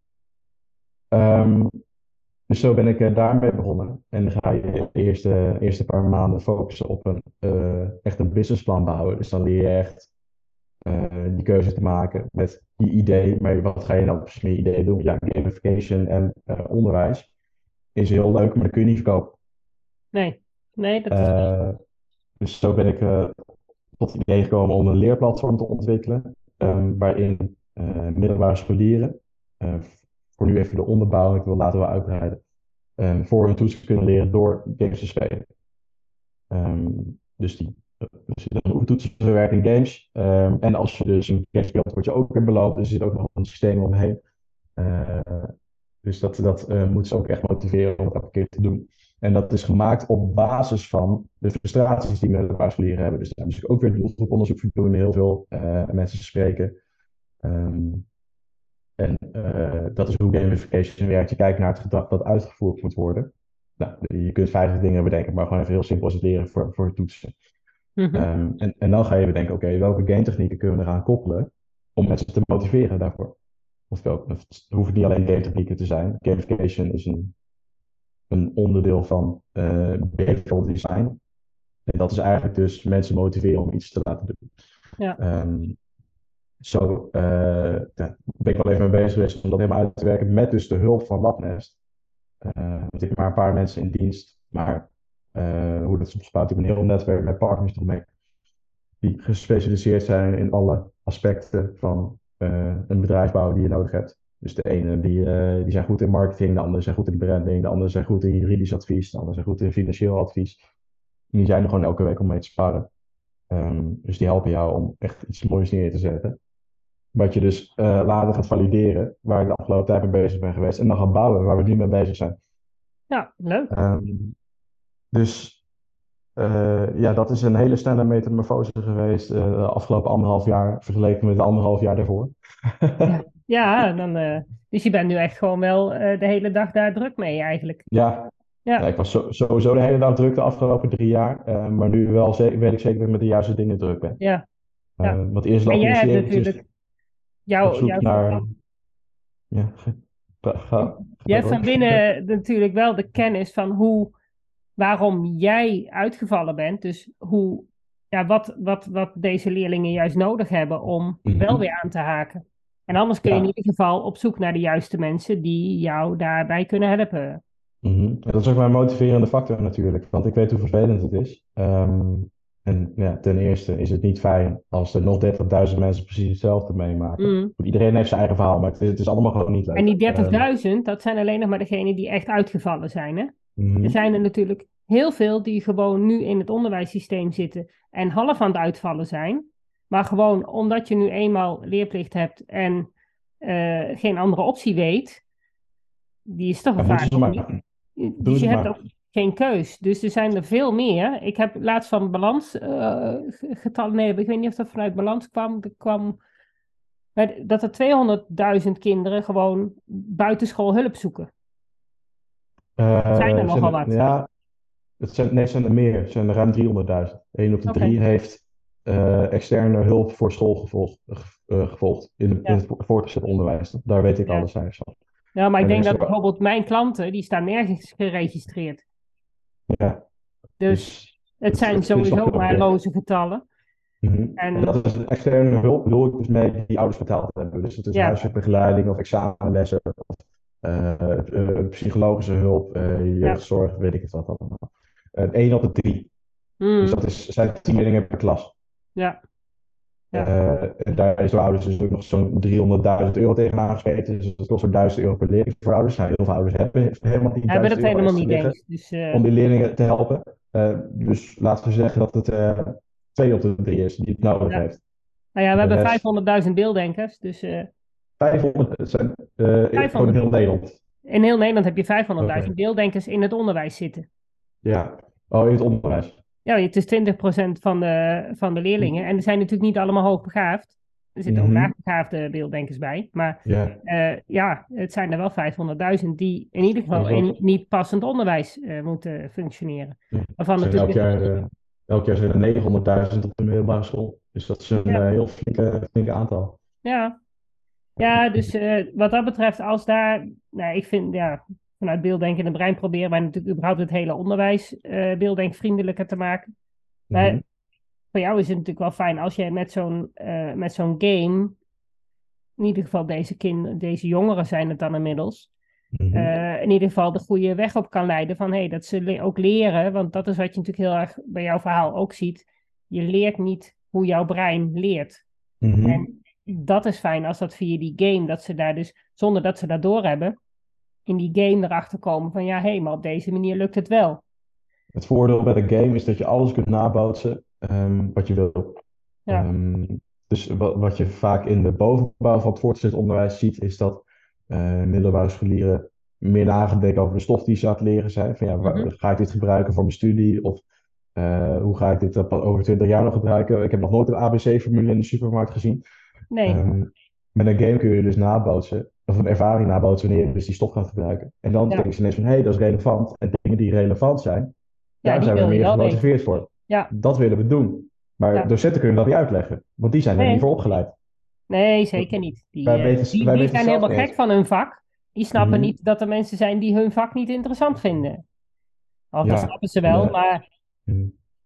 Speaker 2: Um, dus zo ben ik uh, daarmee begonnen. En dan ga je de eerste, eerste paar maanden focussen op een, uh, echt een businessplan bouwen. Dus dan leer je echt uh, die keuze te maken met die idee. Maar wat ga je nou precies met je idee doen? Ja, gamification en uh, onderwijs is heel leuk, maar dat kun je niet verkopen.
Speaker 1: Nee, nee, dat is.
Speaker 2: Uh, dus zo ben ik uh, tot het idee gekomen om een leerplatform te ontwikkelen. Um, waarin uh, middelbare scholieren, uh, voor nu even de onderbouw, ik wil later wel uitbreiden, um, voor hun toets kunnen leren door games te spelen. Um, dus die dus een oefentoetsen verwerken in games. Um, en als je dus een game speelt, word je ook weer beloond. Dus er zit ook nog een systeem omheen. Uh, dus dat, dat uh, moet ze ook echt motiveren om het elke keer te doen. En dat is gemaakt op basis van de frustraties die middelbare scholieren hebben. Dus daar heb ik ook weer doelgroeponderzoek voor doen, heel veel uh, mensen spreken. Um, en uh, dat is hoe gamification werkt. Je kijkt naar het gedrag dat uitgevoerd moet worden. Nou, je kunt vijftig dingen bedenken, maar gewoon even heel simpel is het leren voor, voor het toetsen.
Speaker 1: Mm-hmm.
Speaker 2: Um, en, en dan ga je bedenken, oké, okay, welke game technieken kunnen we eraan koppelen om mensen te motiveren daarvoor? Of welke, het hoeven niet alleen game technieken te zijn. Gamification is een, een onderdeel van uh, behavioral design. En dat is eigenlijk dus mensen motiveren om iets te laten doen.
Speaker 1: Ja.
Speaker 2: Um, Zo uh, ja, ben ik wel even mee bezig geweest om dat helemaal uit te werken met dus de hulp van Labnest. Uh, want ik heb maar een paar mensen in dienst, maar uh, hoe dat soms gaat, ik heb een heel netwerk met partners ermee die gespecialiseerd zijn in alle aspecten van uh, een bedrijfsbouw die je nodig hebt. Dus de ene die, uh, die zijn goed in marketing, de andere zijn goed in branding, de andere zijn goed in juridisch advies, de andere zijn goed in financieel advies. En die zijn er gewoon elke week om mee te sparen. Um, dus die helpen jou om echt iets moois neer te zetten. Wat je dus uh, later gaat valideren, waar ik de afgelopen tijd mee bezig ben geweest. En dan gaan bouwen, waar we nu mee bezig zijn.
Speaker 1: Ja, leuk.
Speaker 2: Um, dus uh, ja, dat is een hele snelle metamorfose geweest uh, de afgelopen anderhalf jaar, vergeleken met de anderhalf jaar daarvoor.
Speaker 1: Ja, ja dan, uh, dus je bent nu echt gewoon wel uh, de hele dag daar druk mee eigenlijk.
Speaker 2: Ja,
Speaker 1: Ja.
Speaker 2: ja ik was zo, sowieso de hele dag druk de afgelopen drie jaar. Uh, maar nu wel ze- weet ik zeker dat ik met de juiste dingen druk ben.
Speaker 1: Ja, ja.
Speaker 2: Uh, want eerst
Speaker 1: En
Speaker 2: loop je
Speaker 1: jij
Speaker 2: eens
Speaker 1: hebt
Speaker 2: eventjes
Speaker 1: natuurlijk
Speaker 2: op
Speaker 1: jouw,
Speaker 2: zoek
Speaker 1: jouw
Speaker 2: naar... Ja, ga, ga,
Speaker 1: je
Speaker 2: ga
Speaker 1: hebt van
Speaker 2: door.
Speaker 1: binnen natuurlijk wel de kennis van hoe, waarom jij uitgevallen bent. Dus hoe, ja, wat, wat, wat deze leerlingen juist nodig hebben om wel
Speaker 2: Mhm.
Speaker 1: weer aan te haken. En anders kun je in
Speaker 2: Ja.
Speaker 1: ieder geval op zoek naar de juiste mensen die jou daarbij kunnen helpen.
Speaker 2: Mhm. Dat is ook mijn motiverende factor natuurlijk, want ik weet hoe vervelend het is. Um, en ja, ten eerste is het niet fijn als er nog dertigduizend mensen precies hetzelfde meemaken.
Speaker 1: Mm.
Speaker 2: Iedereen heeft zijn eigen verhaal, maar het is, het is allemaal gewoon niet
Speaker 1: En
Speaker 2: leuk.
Speaker 1: die
Speaker 2: Um,
Speaker 1: dertigduizend, dat zijn alleen nog maar degenen die echt uitgevallen zijn. Hè?
Speaker 2: mhm.
Speaker 1: Er zijn er natuurlijk heel veel die gewoon nu in het onderwijssysteem zitten en half aan het uitvallen zijn. Maar gewoon omdat je nu eenmaal leerplicht hebt en uh, geen andere optie weet, die is toch
Speaker 2: Ja,
Speaker 1: vaak
Speaker 2: moeten ze
Speaker 1: ook
Speaker 2: maar.
Speaker 1: niet.
Speaker 2: Doen
Speaker 1: Dus je
Speaker 2: ze
Speaker 1: hebt
Speaker 2: maar.
Speaker 1: ook geen keus. Dus er zijn er veel meer. Ik heb laatst van balans uh, getallen, nee, ik weet niet of dat vanuit balans kwam. Er kwam dat er tweehonderdduizend kinderen gewoon buitenschool hulp zoeken.
Speaker 2: Uh,
Speaker 1: Zijn er
Speaker 2: zijn
Speaker 1: nogal
Speaker 2: er,
Speaker 1: wat?
Speaker 2: ja, het zijn, nee, het zijn er meer. Het zijn er ruim driehonderdduizend. Eén op de
Speaker 1: Oké.
Speaker 2: drie heeft uh, externe hulp voor school gevolgd, uh, gevolgd in, in
Speaker 1: Ja.
Speaker 2: het voortgezet onderwijs. Daar weet ik
Speaker 1: Ja.
Speaker 2: alle cijfers van.
Speaker 1: Ja, maar ik
Speaker 2: En er
Speaker 1: denk
Speaker 2: is
Speaker 1: dat
Speaker 2: ook-
Speaker 1: bijvoorbeeld mijn klanten, die staan nergens geregistreerd.
Speaker 2: ja,
Speaker 1: Dus
Speaker 2: dus
Speaker 1: het
Speaker 2: het,
Speaker 1: zijn
Speaker 2: het is nog
Speaker 1: sowieso
Speaker 2: heel
Speaker 1: maar
Speaker 2: breed.
Speaker 1: loze getallen.
Speaker 2: Mhm. En
Speaker 1: En
Speaker 2: dat is een externe hulp, bedoel ik dus mee die ouders betaald hebben. Dus dat is
Speaker 1: ja,
Speaker 2: huiswerkbegeleiding of examenlessen, of uh, uh, psychologische hulp, uh,
Speaker 1: ja.
Speaker 2: jeugdzorg, weet ik het wat allemaal. Uh, één op de drie.
Speaker 1: Mm,
Speaker 2: Dus dat is, zijn tien leerlingen per klas.
Speaker 1: ja, ja.
Speaker 2: Uh, en daar is door ouders dus ook nog zo'n driehonderdduizend euro tegenaan gesmeten. Dus dat kost zo'n duizend euro per leerling voor ouders. Nou, heel veel ouders hebben helemaal niet
Speaker 1: Hebben
Speaker 2: duizend
Speaker 1: dat
Speaker 2: euro
Speaker 1: helemaal
Speaker 2: extra
Speaker 1: niet
Speaker 2: liggen
Speaker 1: eens. Dus uh,
Speaker 2: om die leerlingen te helpen. Uh, dus laten we zeggen dat het uh, twee op de drie is die het nodig
Speaker 1: ja.
Speaker 2: heeft.
Speaker 1: Nou ja, we
Speaker 2: De
Speaker 1: hebben
Speaker 2: rest,
Speaker 1: vijfhonderdduizend beelddenkers. Dus uh,
Speaker 2: vijfhonderd, het zijn uh, gewoon in heel Nederland.
Speaker 1: In heel Nederland heb je
Speaker 2: Oké,
Speaker 1: vijfhonderdduizend beelddenkers in het onderwijs zitten.
Speaker 2: ja. Oh, in het onderwijs.
Speaker 1: Ja, het is twintig procent van de, van de leerlingen. En er zijn natuurlijk niet allemaal hoogbegaafd. Er zitten ook
Speaker 2: Mhm.
Speaker 1: laagbegaafde beelddenkers bij. Maar
Speaker 2: Ja,
Speaker 1: uh, ja, het zijn er wel vijfhonderdduizend die in ieder
Speaker 2: dat
Speaker 1: geval
Speaker 2: is wel.
Speaker 1: in niet passend onderwijs uh, moeten functioneren.
Speaker 2: Ja.
Speaker 1: Waarvan
Speaker 2: Er zijn elk
Speaker 1: natuurlijk...
Speaker 2: jaar, uh, elk jaar zijn er negenhonderdduizend op de middelbare school. Dus dat is een
Speaker 1: Ja,
Speaker 2: uh, heel flinke, flinke aantal.
Speaker 1: ja. Ja, dus uh, wat dat betreft, als daar... Nou, ik vind, ja, vanuit beelddenken en brein proberen wij natuurlijk überhaupt het hele onderwijs uh, beelddenkvriendelijker te maken. Maar
Speaker 2: Mhm.
Speaker 1: voor jou is het natuurlijk wel fijn als jij met zo'n uh, met zo'n game, in ieder geval deze, kind, deze jongeren zijn het dan inmiddels,
Speaker 2: Mhm.
Speaker 1: uh, in ieder geval de goede weg op kan leiden van hey, dat ze le- ook leren, want dat is wat je natuurlijk heel erg bij jouw verhaal ook ziet. Je leert niet hoe jouw brein leert.
Speaker 2: Mhm.
Speaker 1: En dat is fijn als dat via die game, dat ze daar dus, zonder dat ze dat doorhebben, in die game erachter komen van ja, hé, hey, maar op deze manier lukt het wel.
Speaker 2: Het voordeel bij de game is dat je alles kunt nabootsen um, wat je wil.
Speaker 1: Ja.
Speaker 2: Um, dus wat, wat je vaak in de bovenbouw van het voortgezet onderwijs ziet, is dat uh, middelbare scholieren meer nagedenken over de stof die ze aan het leren zijn. Van, ja, waar,
Speaker 1: Mm-hmm.
Speaker 2: ga ik dit gebruiken voor mijn studie? Of uh, hoe ga ik dit over twintig jaar nog gebruiken? Ik heb nog nooit een A B C-formule in de supermarkt gezien.
Speaker 1: Nee.
Speaker 2: Um, met een game kun je dus nabootsen, of een ervaring nabootsen wanneer je dus die stof gaat gebruiken. En dan
Speaker 1: Ja.
Speaker 2: denken ze ineens van, hé, hey, dat is relevant. En dingen die relevant zijn,
Speaker 1: Ja,
Speaker 2: daar
Speaker 1: die
Speaker 2: zijn we
Speaker 1: wil je
Speaker 2: meer
Speaker 1: wel
Speaker 2: gemotiveerd
Speaker 1: weten.
Speaker 2: voor.
Speaker 1: Ja.
Speaker 2: Dat willen we doen. Maar
Speaker 1: Ja.
Speaker 2: docenten kunnen dat niet uitleggen, want die zijn er
Speaker 1: Nee.
Speaker 2: niet voor opgeleid.
Speaker 1: Nee, zeker niet. Die,
Speaker 2: Wij
Speaker 1: uh,
Speaker 2: weten,
Speaker 1: die,
Speaker 2: wij
Speaker 1: die
Speaker 2: weten
Speaker 1: zijn
Speaker 2: het zelf
Speaker 1: helemaal
Speaker 2: niet
Speaker 1: gek
Speaker 2: eens.
Speaker 1: van hun vak. Die snappen
Speaker 2: Mhm.
Speaker 1: niet dat er mensen zijn die hun vak niet interessant vinden. Of dat
Speaker 2: Ja.
Speaker 1: snappen ze
Speaker 2: En,
Speaker 1: wel,
Speaker 2: uh,
Speaker 1: maar
Speaker 2: mhm.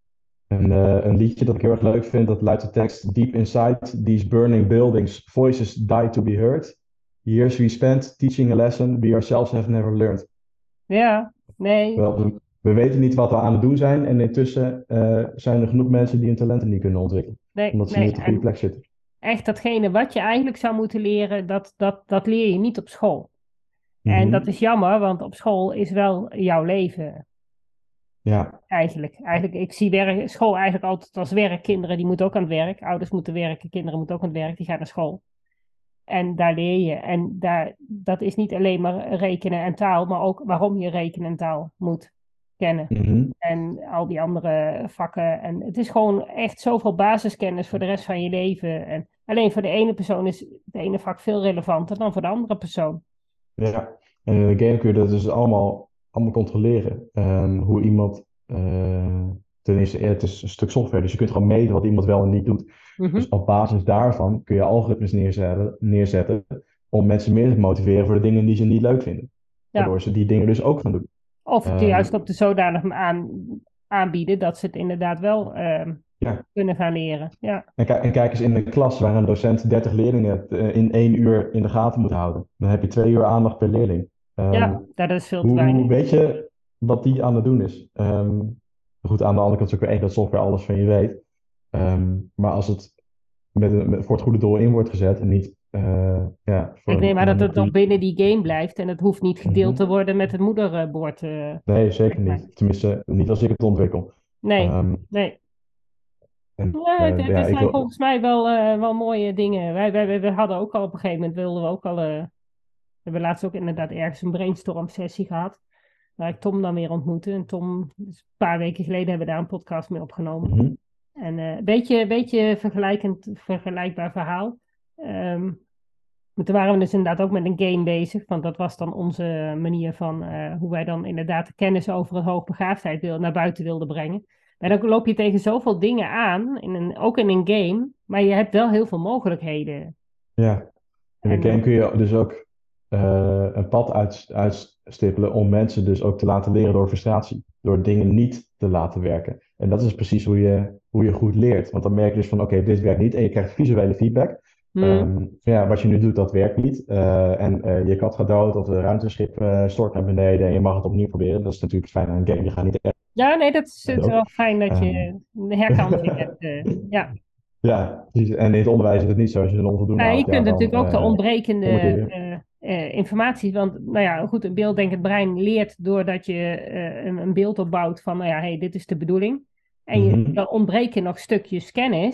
Speaker 2: En uh, een liedje dat ik heel erg leuk vind, dat luidt de tekst: Deep inside these burning buildings, voices die to be heard. Years we spent teaching a lesson we ourselves have never learned.
Speaker 1: ja, nee,
Speaker 2: Wel, we, we weten niet wat we aan het doen zijn en intussen uh, zijn er genoeg mensen die hun talenten niet kunnen ontwikkelen.
Speaker 1: nee,
Speaker 2: Omdat ze
Speaker 1: nee.
Speaker 2: niet op de goede
Speaker 1: En
Speaker 2: plek zitten.
Speaker 1: echt datgene wat je eigenlijk zou moeten leren, dat, dat, dat leer je niet op school. En dat
Speaker 2: Mhm.
Speaker 1: is jammer, want op school is wel jouw leven.
Speaker 2: Ja.
Speaker 1: Eigenlijk. eigenlijk ik zie werk, school eigenlijk altijd als werk. Kinderen die moeten ook aan het werk. Ouders moeten werken, kinderen moeten ook aan het werk. Die gaan naar school. En daar leer je. En daar, dat is niet alleen maar rekenen en taal, maar ook waarom je rekenen en taal moet kennen.
Speaker 2: Mhm.
Speaker 1: En al die andere vakken. En het is gewoon echt zoveel basiskennis voor de rest van je leven. En alleen voor de ene persoon is het ene vak veel relevanter dan voor de andere persoon.
Speaker 2: Ja, en in de game kun je dat dus allemaal, allemaal controleren. Um, hoe iemand, uh, ten eerste, het is een stuk software, dus je kunt gewoon meten wat iemand wel en niet doet.
Speaker 1: Mm-hmm.
Speaker 2: Dus op basis daarvan kun je algoritmes neerzetten, neerzetten om mensen meer te motiveren voor de dingen die ze niet leuk vinden.
Speaker 1: Ja.
Speaker 2: Waardoor ze die dingen dus ook gaan doen.
Speaker 1: Of het
Speaker 2: Um,
Speaker 1: juist op de zodanig aan, aanbieden dat ze het inderdaad wel uh,
Speaker 2: ja.
Speaker 1: kunnen gaan leren. Ja.
Speaker 2: En, k- en kijk eens in een klas waar een docent dertig leerlingen uh, in één uur in de gaten moet houden. Dan heb je twee uur aandacht per leerling. Um,
Speaker 1: Ja, dat is veel te
Speaker 2: hoe
Speaker 1: weinig.
Speaker 2: weet je wat die aan het doen is? Um, goed, aan de andere kant is ook weer echt dat software alles van je weet. Um, maar als het met een, met, voor het goede doel in wordt gezet en niet... Uh, ja, voor
Speaker 1: Ik neem aan dat het
Speaker 2: die...
Speaker 1: nog binnen die game blijft en het hoeft niet gedeeld
Speaker 2: Mm-hmm.
Speaker 1: te worden met het moederbord. Uh,
Speaker 2: nee, zeker niet. Tenminste, niet als ik het ontwikkel.
Speaker 1: Nee,
Speaker 2: um,
Speaker 1: en,
Speaker 2: en,
Speaker 1: ja, het,
Speaker 2: uh,
Speaker 1: het
Speaker 2: ja,
Speaker 1: zijn
Speaker 2: wil...
Speaker 1: volgens mij wel, uh, wel mooie dingen. Wij, wij, wij hadden ook al op een gegeven moment, wilden we ook al... Uh, we hebben laatst ook inderdaad ergens een brainstorm sessie gehad. Waar ik Tom dan weer ontmoette. En Tom, dus een paar weken geleden hebben we daar een podcast mee opgenomen.
Speaker 2: Mm-hmm.
Speaker 1: En een uh, beetje, beetje vergelijkend, vergelijkbaar verhaal. Um, toen waren we dus inderdaad ook met een game bezig. Want dat was dan onze manier van uh, hoe wij dan inderdaad de kennis over het hoogbegaafdheid wil, naar buiten wilden brengen. Maar dan loop je tegen zoveel dingen aan, in een, ook in een game. Maar je hebt wel heel veel mogelijkheden.
Speaker 2: Ja, in een game kun je dus ook uh, een pad uit, uitstippelen om mensen dus ook te laten leren door frustratie. Door dingen niet te laten werken. En dat is precies hoe je, hoe je goed leert. Want dan merk je dus van oké, okay, dit werkt niet. En je krijgt visuele feedback. Hmm. Um, ja, wat je nu doet, dat werkt niet. Uh, en uh, je kat gaat dood of de ruimteschip uh, stort naar beneden en je mag het opnieuw proberen. Dat is natuurlijk fijn aan een game. Je gaat niet echt...
Speaker 1: Ja, nee, dat is het wel fijn dat je um, de herkansing hebt. Uh, ja.
Speaker 2: Ja, precies. En in het onderwijs is het niet zo. Als je een onvoldoende
Speaker 1: nou,
Speaker 2: haalt,
Speaker 1: je kunt
Speaker 2: ja, dan,
Speaker 1: natuurlijk ook de
Speaker 2: uh,
Speaker 1: ontbrekende uh, uh, informatie, want nou ja, goed, een beelddenkend brein leert doordat je uh, een, een beeld opbouwt van, nou ja, hey, dit is de bedoeling. En je,
Speaker 2: mm-hmm.
Speaker 1: dan ontbreken nog stukjes kennis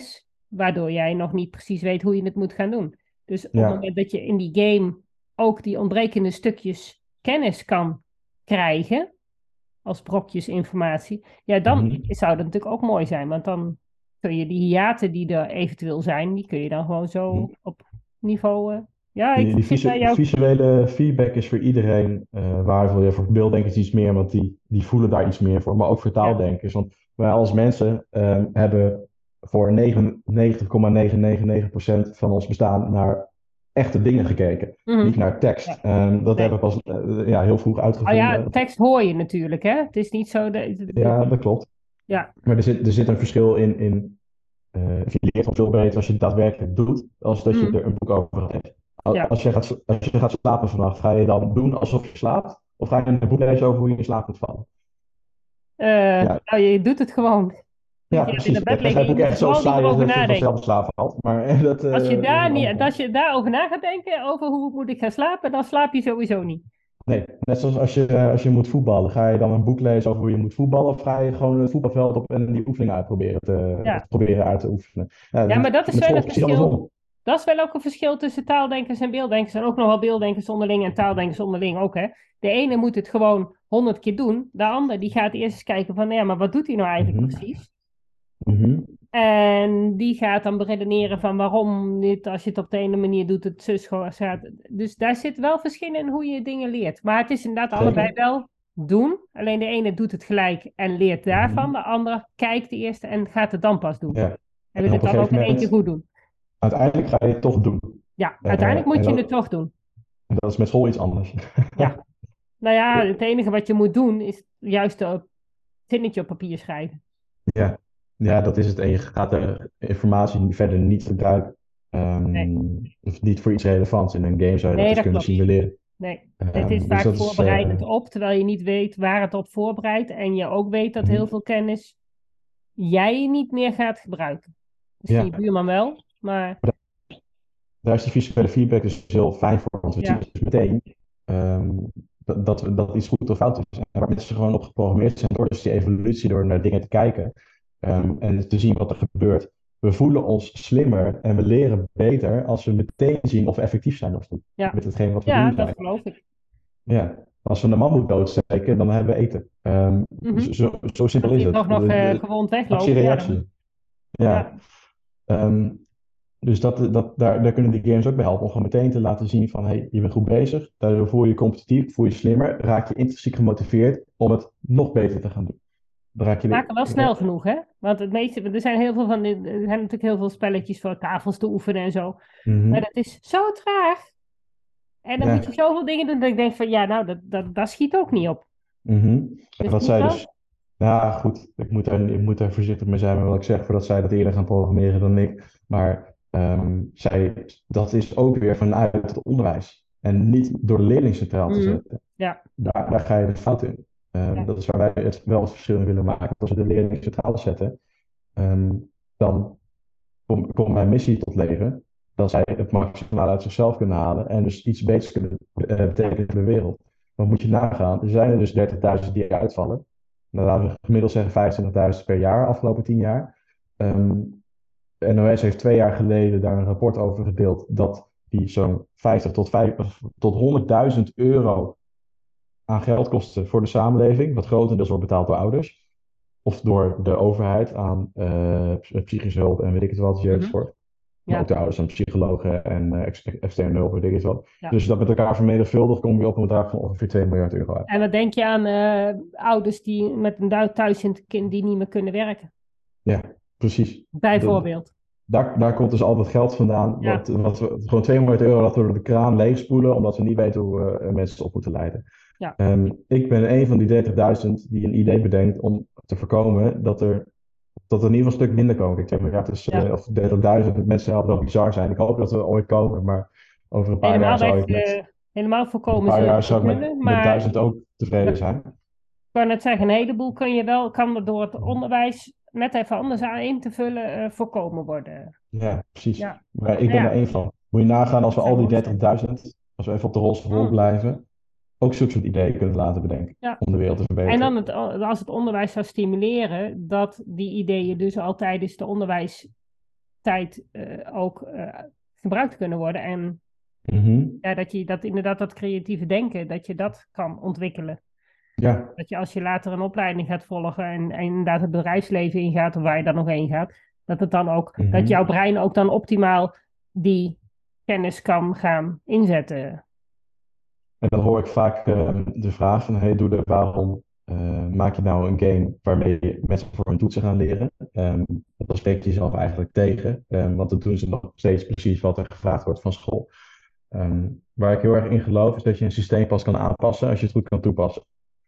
Speaker 1: waardoor jij nog niet precies weet hoe je het moet gaan doen. Dus op het
Speaker 2: Ja.
Speaker 1: moment dat je in die game ook die ontbrekende stukjes kennis kan krijgen, als brokjes informatie, ja, dan
Speaker 2: Mhm.
Speaker 1: zou dat natuurlijk ook mooi zijn, want dan kun je die hiaten die er eventueel zijn, die kun je dan gewoon
Speaker 2: Mhm.
Speaker 1: zo op niveau... eh, ja, ik
Speaker 2: Die, die
Speaker 1: zit bij
Speaker 2: visu-
Speaker 1: jou.
Speaker 2: visuele feedback is voor iedereen eh, waardevol. Ja, voor beelddenkers iets meer, want die, die voelen daar iets meer voor. Maar ook voor
Speaker 1: Ja.
Speaker 2: taaldenkers. Want wij als mensen eh, hebben voor negenennegentig komma negenhonderdnegenennegentig procent van ons bestaan naar echte dingen gekeken.
Speaker 1: Mhm.
Speaker 2: Niet naar tekst.
Speaker 1: Ja.
Speaker 2: Ehm, dat
Speaker 1: Nee.
Speaker 2: hebben we pas eh, ja, heel vroeg
Speaker 1: Oh ja,
Speaker 2: uitgevonden.
Speaker 1: tekst hoor je natuurlijk, hè? Het is niet zo dat...
Speaker 2: Ja, dat klopt.
Speaker 1: Ja.
Speaker 2: Maar er zit, er zit een verschil in, in eh, je leert al veel beter als je het daadwerkelijk doet, als dat je
Speaker 1: Mhm.
Speaker 2: er een boek over hebt.
Speaker 1: Ja.
Speaker 2: Als je, gaat, als je gaat slapen vannacht, ga je dan doen alsof je slaapt? Of ga je een boek lezen over hoe je in slaap moet vallen?
Speaker 1: Eh,
Speaker 2: Ja,
Speaker 1: nou, je doet het gewoon.
Speaker 2: ja,
Speaker 1: Je gaat in
Speaker 2: precies.
Speaker 1: het bed
Speaker 2: Tenzij
Speaker 1: liggen
Speaker 2: het
Speaker 1: en je
Speaker 2: boek
Speaker 1: moet er
Speaker 2: echt zo
Speaker 1: gewoon
Speaker 2: saai is
Speaker 1: erover
Speaker 2: dat je
Speaker 1: nadenken.
Speaker 2: vanzelf in slaap valt. Maar dat, eh,
Speaker 1: Als je,
Speaker 2: dat is
Speaker 1: daar
Speaker 2: een ander
Speaker 1: niet,
Speaker 2: verhaal.
Speaker 1: als je daarover na gaat denken, over hoe moet ik gaan slapen, dan slaap je sowieso niet.
Speaker 2: Nee, net zoals als je, eh, als je moet voetballen. Ga je dan een boek lezen over hoe je moet voetballen? Of ga je gewoon het voetbalveld op en die oefeningen uitproberen te,
Speaker 1: Ja.
Speaker 2: proberen uit te oefenen? Ja,
Speaker 1: Ja, maar dat is
Speaker 2: met
Speaker 1: wel
Speaker 2: school
Speaker 1: een
Speaker 2: precies
Speaker 1: verschil.
Speaker 2: andersom.
Speaker 1: Dat is wel ook een verschil tussen taaldenkers en beelddenkers. En ook nog wel beelddenkers onderling en taaldenkers onderling ook, hè. De ene moet het gewoon honderd keer doen. De ander die gaat eerst eens kijken van, ja, maar wat doet hij nou eigenlijk
Speaker 2: Mhm,
Speaker 1: precies?
Speaker 2: mhm.
Speaker 1: En die gaat dan beredeneren van waarom dit, als je het op de ene manier doet, het zus gewoon gaat. Dus daar zit wel verschil in hoe je dingen leert. Maar het is inderdaad allebei
Speaker 2: Zeker.
Speaker 1: wel doen. Alleen de ene doet het gelijk en leert daarvan.
Speaker 2: Mhm.
Speaker 1: De andere kijkt eerst en gaat het dan pas doen.
Speaker 2: Ja.
Speaker 1: En
Speaker 2: En
Speaker 1: wil
Speaker 2: op
Speaker 1: het
Speaker 2: een
Speaker 1: dan ook
Speaker 2: gegeven
Speaker 1: in één keer
Speaker 2: moment,
Speaker 1: goed doen.
Speaker 2: uiteindelijk ga je het toch doen.
Speaker 1: Ja,
Speaker 2: Eh,
Speaker 1: uiteindelijk moet
Speaker 2: en
Speaker 1: je
Speaker 2: dat,
Speaker 1: het toch doen.
Speaker 2: en dat is met school iets anders.
Speaker 1: Ja. Nou ja, het enige wat je moet doen is juist een zinnetje op papier schrijven.
Speaker 2: Ja. Ja, dat is het. En je gaat de informatie verder niet gebruiken.
Speaker 1: Nee,
Speaker 2: Um, of niet voor iets relevants. In een game zou je dat
Speaker 1: nee,
Speaker 2: dus
Speaker 1: dat
Speaker 2: kunnen
Speaker 1: klopt.
Speaker 2: simuleren.
Speaker 1: Nee, het is
Speaker 2: Um, dus
Speaker 1: vaak
Speaker 2: dat is. eh,
Speaker 1: voorbereidend op, terwijl je niet weet waar het op voorbereidt. En je ook weet dat heel
Speaker 2: mhm.
Speaker 1: veel kennis jij niet meer gaat gebruiken. Misschien
Speaker 2: Ja,
Speaker 1: je buurman wel, maar
Speaker 2: daar is die visuele feedback dus heel fijn voor. Want we zien
Speaker 1: ja.
Speaker 2: dus meteen ehm, dat, dat, dat iets goed of fout is. En waar mensen gewoon op geprogrammeerd zijn door dus die evolutie, door naar dingen te kijken ehm, en te zien wat er gebeurt. We voelen ons slimmer en we leren beter als we meteen zien of we effectief zijn of niet.
Speaker 1: Ja,
Speaker 2: Met hetgeen wat we
Speaker 1: ja,
Speaker 2: doen
Speaker 1: dat
Speaker 2: zijn.
Speaker 1: geloof ik.
Speaker 2: Ja, als we een mammoet doodsteken, dan hebben we eten. Ehm,
Speaker 1: Mhm.
Speaker 2: zo, zo, zo simpel
Speaker 1: Als
Speaker 2: is
Speaker 1: je
Speaker 2: het.
Speaker 1: toch nog
Speaker 2: De,
Speaker 1: eh,
Speaker 2: de
Speaker 1: gewond wegloopt, ja, dan,
Speaker 2: actie-reactie. Ja.
Speaker 1: ja.
Speaker 2: Ehm, dus dat, dat, daar, daar kunnen die games ook bij helpen. Om gewoon meteen te laten zien van, hey, je bent goed bezig. Daardoor voel je je competitief, voel je slimmer. Raak je intrinsiek gemotiveerd om het nog beter te gaan doen. Dan raak je
Speaker 1: Maken wel
Speaker 2: de,
Speaker 1: snel genoeg, hè? Want het meeste, er zijn heel veel van, die- er zijn natuurlijk heel veel spelletjes voor tafels te oefenen en zo. Maar
Speaker 2: Mhm.
Speaker 1: dat is zo traag. En dan moet je
Speaker 2: Ja.
Speaker 1: zoveel dingen doen dat ik denk van, ja, nou, dat, dat, dat schiet ook niet op.
Speaker 2: Mhm.
Speaker 1: Dus
Speaker 2: En
Speaker 1: het
Speaker 2: wat
Speaker 1: moet
Speaker 2: zij
Speaker 1: wel.
Speaker 2: dus. Ja, goed. Ik moet daar, ik moet daar voorzichtig mee zijn met wat ik zeg, voordat zij dat eerder gaan programmeren dan ik. Maar ehm, zij, dat is ook weer vanuit het onderwijs. En niet door de leerling centraal te
Speaker 1: Mhm.
Speaker 2: zetten.
Speaker 1: Ja,
Speaker 2: Daar, daar ga je de fout in. Ehm,
Speaker 1: ja.
Speaker 2: dat is waar wij het wel het verschil in willen maken. Als we de leerling centraal zetten, ehm, dan komt kom mijn missie tot leven. Dat zij het maximale uit zichzelf kunnen halen en dus iets beters kunnen eh, betekenen voor de wereld. Dan moet je nagaan, er zijn er dus dertigduizend die uitvallen. Dan laten we gemiddeld zeggen vijfentwintigduizend per jaar, afgelopen tien jaar. Ehm, de N O S heeft twee jaar geleden daar een rapport over gedeeld dat die zo'n vijftig tot, vijftig tot honderdduizend euro aan geldkosten voor de samenleving, wat grotendeels wordt betaald door ouders. Of door de overheid aan uh, psychische hulp en weet ik het wat, jeugdzorg.
Speaker 1: Mhm.
Speaker 2: Maar
Speaker 1: Ja,
Speaker 2: ook de ouders aan psychologen en uh, ex externe hulp, weet ik het wat.
Speaker 1: ja.
Speaker 2: Dus dat met elkaar vermenigvuldigd kom je op een bedrag van ongeveer twee miljard euro uit.
Speaker 1: En wat denk je aan eh, ouders die met een du- thuiszitend kind die niet meer kunnen werken?
Speaker 2: Ja, precies.
Speaker 1: Bijvoorbeeld.
Speaker 2: Daar, daar komt dus al dat geld vandaan.
Speaker 1: Ja,
Speaker 2: Wat, wat we, gewoon twee miljard euro dat we door de kraan leegspoelen, omdat we niet weten hoe we uh, mensen op moeten leiden.
Speaker 1: ja.
Speaker 2: Um, ik ben een van die dertigduizend die een idee bedenkt om te voorkomen dat er, dat er in ieder geval een stuk minder komen. Ik twee miljard is,
Speaker 1: Ja.
Speaker 2: uh, of dertigduizend mensen helpen wel bizar zijn. Ik hoop dat we ooit komen, maar over een paar
Speaker 1: Helemaal
Speaker 2: jaar zou
Speaker 1: weg,
Speaker 2: ik met,
Speaker 1: eh, helemaal
Speaker 2: over
Speaker 1: voorkomen
Speaker 2: een paar
Speaker 1: zullen
Speaker 2: jaar
Speaker 1: we
Speaker 2: zou
Speaker 1: niet
Speaker 2: ik met,
Speaker 1: kunnen.
Speaker 2: met
Speaker 1: Maar
Speaker 2: duizend ook tevreden
Speaker 1: dat,
Speaker 2: zijn.
Speaker 1: ik kan net zeggen, een heleboel kun je wel, kan er door het onderwijs net even anders aan in te vullen uh, voorkomen worden.
Speaker 2: Ja, precies.
Speaker 1: Ja.
Speaker 2: Maar ik
Speaker 1: Nou
Speaker 2: ben
Speaker 1: ja,
Speaker 2: er één van. Moet je nagaan als we
Speaker 1: dat zou
Speaker 2: al die
Speaker 1: mooi zijn.
Speaker 2: dertigduizend, als we even op de roze wolk
Speaker 1: Mm.
Speaker 2: blijven, ook zulke soort ideeën kunnen laten bedenken
Speaker 1: Ja.
Speaker 2: om de wereld te
Speaker 1: En
Speaker 2: verbeteren.
Speaker 1: dan het, als het onderwijs zou stimuleren, dat die ideeën dus al tijdens de onderwijs tijd uh, ook uh, gebruikt kunnen worden. En
Speaker 2: Mm-hmm.
Speaker 1: ja, dat je dat inderdaad dat creatieve denken, dat je dat kan ontwikkelen.
Speaker 2: Ja.
Speaker 1: Dat je als je later een opleiding gaat volgen en, en inderdaad het bedrijfsleven ingaat, of waar je dan nog heen gaat, dat het dan ook,
Speaker 2: Mm-hmm.
Speaker 1: dat jouw brein ook dan optimaal die kennis kan gaan inzetten.
Speaker 2: En dan hoor ik vaak uh, de vraag van, hey Doede, waarom uh, maak je nou een game waarmee je mensen voor hun toetsen gaan leren? Um, dan spreek je jezelf eigenlijk tegen, um, want dan doen ze nog steeds precies wat er gevraagd wordt van school. Um, waar ik heel erg in geloof is dat je een systeem pas kan aanpassen als je het goed kan toepassen.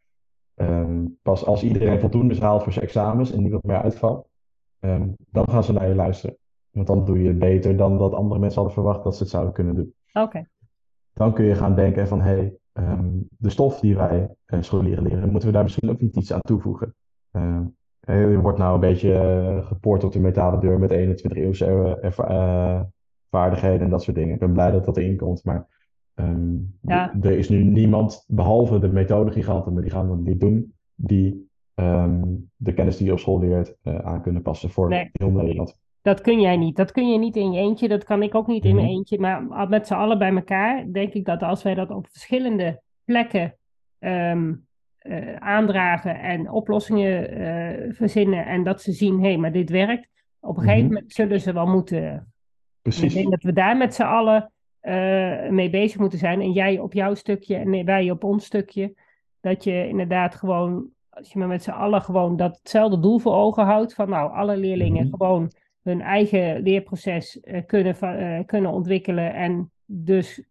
Speaker 2: Um, pas als iedereen voldoende haalt voor zijn examens en niemand meer uitvalt, um, dan gaan ze naar je luisteren. Want dan doe je het beter dan dat andere mensen hadden verwacht dat ze het zouden kunnen doen.
Speaker 1: Oké. Okay.
Speaker 2: Dan kun je gaan denken van, hé, hey, um, de stof die wij uh, scholieren leren, moeten we daar misschien ook niet iets aan toevoegen. Uh, je wordt nou een beetje uh, gepoord op de metalen deur met eenentwintig eeuwse uh, uh, vaardigheden en dat soort dingen. Ik ben blij dat dat erin komt, maar um, ja. d- er is nu niemand, behalve de methodegiganten, maar die gaan dat niet doen, die um, de kennis die je op school leert uh, aan kunnen passen voor nee. heel Nederland.
Speaker 1: Dat kun jij niet. Dat kun je niet in je eentje. Dat kan ik ook niet mm-hmm. in mijn eentje. Maar met z'n allen bij elkaar denk ik dat als wij dat op verschillende plekken um, uh, aandragen en oplossingen uh, verzinnen en dat ze zien, hé, hey, maar dit werkt. Op een gegeven mm-hmm. moment zullen ze wel moeten. Precies. Ik denk dat we daar met z'n allen uh, mee bezig moeten zijn. En jij op jouw stukje en wij op ons stukje. Dat je inderdaad gewoon, als je maar met z'n allen gewoon datzelfde doel voor ogen houdt. Van nou, alle leerlingen mm-hmm. gewoon hun eigen leerproces uh, kunnen, uh, kunnen ontwikkelen en dus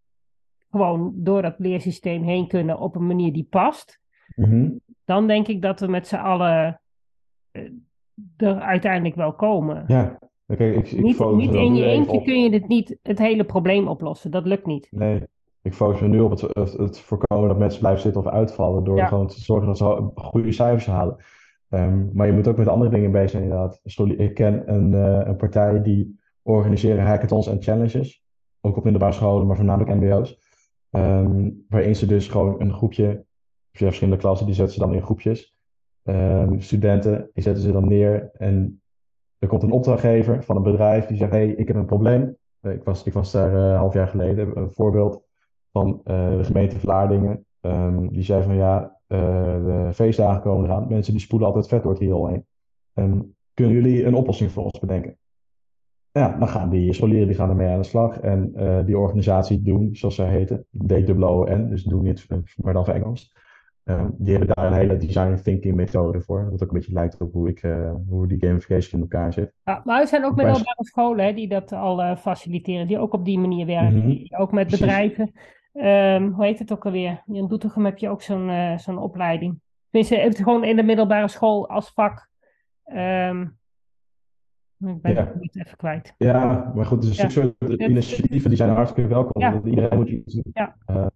Speaker 1: gewoon door dat leersysteem heen kunnen op een manier die past,
Speaker 2: mm-hmm.
Speaker 1: dan denk ik dat we met z'n allen uh, er uiteindelijk wel komen.
Speaker 2: Ja, okay, ik, ik
Speaker 1: niet niet in je eentje
Speaker 2: op...
Speaker 1: kun je dit niet het hele probleem oplossen, dat lukt niet.
Speaker 2: Nee, ik focus me nu op het, het, het voorkomen dat mensen blijven zitten of uitvallen door ja. gewoon te zorgen dat ze goede cijfers halen. Um, maar je moet ook met andere dingen bezig zijn inderdaad. Ik ken een, uh, een partij die organiseren hackathons en challenges. Ook op middelbare scholen, maar voornamelijk M B O's. Um, waarin ze dus gewoon een groepje, via verschillende klassen, die zetten ze dan in groepjes. Um, studenten, die zetten ze dan neer. En er komt een opdrachtgever van een bedrijf die zegt, hé, hey, ik heb een probleem. Uh, ik, was, ik was daar een uh, half jaar geleden, een voorbeeld van uh, de gemeente Vlaardingen. Um, die zei van ja, Uh, de feestdagen komen eraan. Mensen die spoelen altijd vet door het riool heen. Um, kunnen jullie een oplossing voor ons bedenken? Ja, dan gaan die scholieren die gaan ermee aan de slag. En uh, die organisatie doen, zoals zij heten, D O O N, dus doen niet, maar dan voor Engels. Um, die hebben daar een hele design thinking methode voor. Wat ook een beetje lijkt op hoe, ik, uh, hoe die gamification in elkaar zit.
Speaker 1: Ja, maar er zijn ook middelbare scholen hè, die dat al uh, faciliteren. Die ook op die manier werken. Mm-hmm. Die ook met Precies. bedrijven. Um, hoe heet het ook alweer? In Doetinchem heb je ook zo'n, uh, zo'n opleiding. Tenminste, het gewoon in de middelbare school als vak. Um, ik ben
Speaker 2: ja.
Speaker 1: het even kwijt.
Speaker 2: Ja, maar goed, dus ja. soort initiatieven die zijn hartstikke welkom. Ja. Iedereen moet iets doen.
Speaker 1: Ja.
Speaker 2: Uh,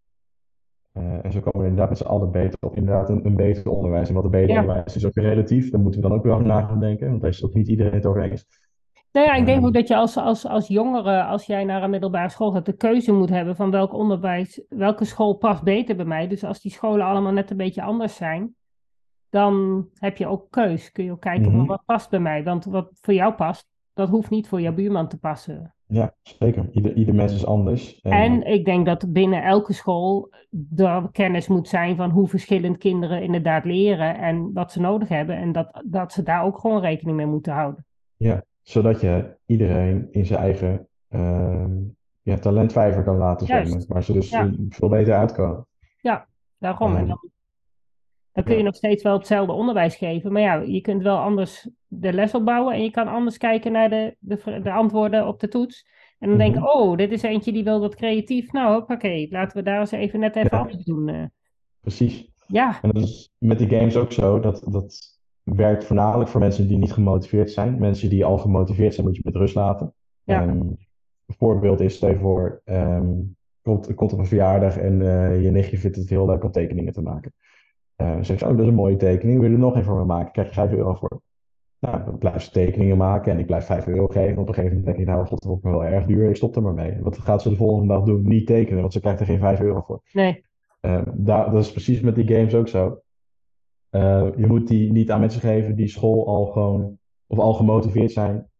Speaker 2: uh, en zo komen we inderdaad met z'n allen beter op inderdaad een, een beter onderwijs. En wat een beter ja. onderwijs is ook weer relatief. Daar moeten we dan ook weer over na gaan denken. Want daar is ook niet iedereen het over eens.
Speaker 1: Nou ja, ik denk ook dat je als, als, als jongere, als jij naar een middelbare school gaat, de keuze moet hebben van welk onderwijs, welke school past beter bij mij. Dus als die scholen allemaal net een beetje anders zijn, dan heb je ook keus. Kun je ook kijken mm-hmm. wat past bij mij. Want wat voor jou past, dat hoeft niet voor jouw buurman te passen.
Speaker 2: Ja, zeker. Ieder, ieder mens is anders.
Speaker 1: En... en ik denk dat binnen elke school er kennis moet zijn van hoe verschillend kinderen inderdaad leren en wat ze nodig hebben. En dat, dat ze daar ook gewoon rekening mee moeten houden.
Speaker 2: Ja. Zodat je iedereen in zijn eigen uh, ja, talentvijver kan laten zwemmen. Waar ze dus ja. veel beter uitkomen.
Speaker 1: Ja, daarom. Uh, en dan dan kun je ja. nog steeds wel hetzelfde onderwijs geven. Maar ja, je kunt wel anders de les opbouwen. En je kan anders kijken naar de, de, de antwoorden op de toets. En dan mm-hmm. denk je, oh, dit is eentje die wil wat creatief. Nou, oké, okay, laten we daar eens even net even ja. anders doen. Uh.
Speaker 2: Precies.
Speaker 1: Ja.
Speaker 2: En dat is met die games ook zo. Dat... dat werkt voornamelijk voor mensen die niet gemotiveerd zijn. Mensen die al gemotiveerd zijn, moet je met rust laten.
Speaker 1: Ja.
Speaker 2: Um, een voorbeeld is, stel je voor, um, komt, komt op een verjaardag en uh, je nichtje vindt het heel leuk om tekeningen te maken. Uh, dan zeg je, oh, dat is een mooie tekening, wil je er nog een voor me maken? Krijg je vijf euro voor. Nou, dan blijf ze tekeningen maken en ik blijf vijf euro geven. Op een gegeven moment denk ik, nou, god, dat wordt me wel erg duur, ik stop er maar mee. Wat gaat ze de volgende dag doen? Niet tekenen, want ze krijgt er geen vijf euro voor.
Speaker 1: Nee.
Speaker 2: Uh, daar, dat is precies met die games ook zo. Uh, je moet die niet aan mensen geven die school al gewoon, of al gemotiveerd zijn.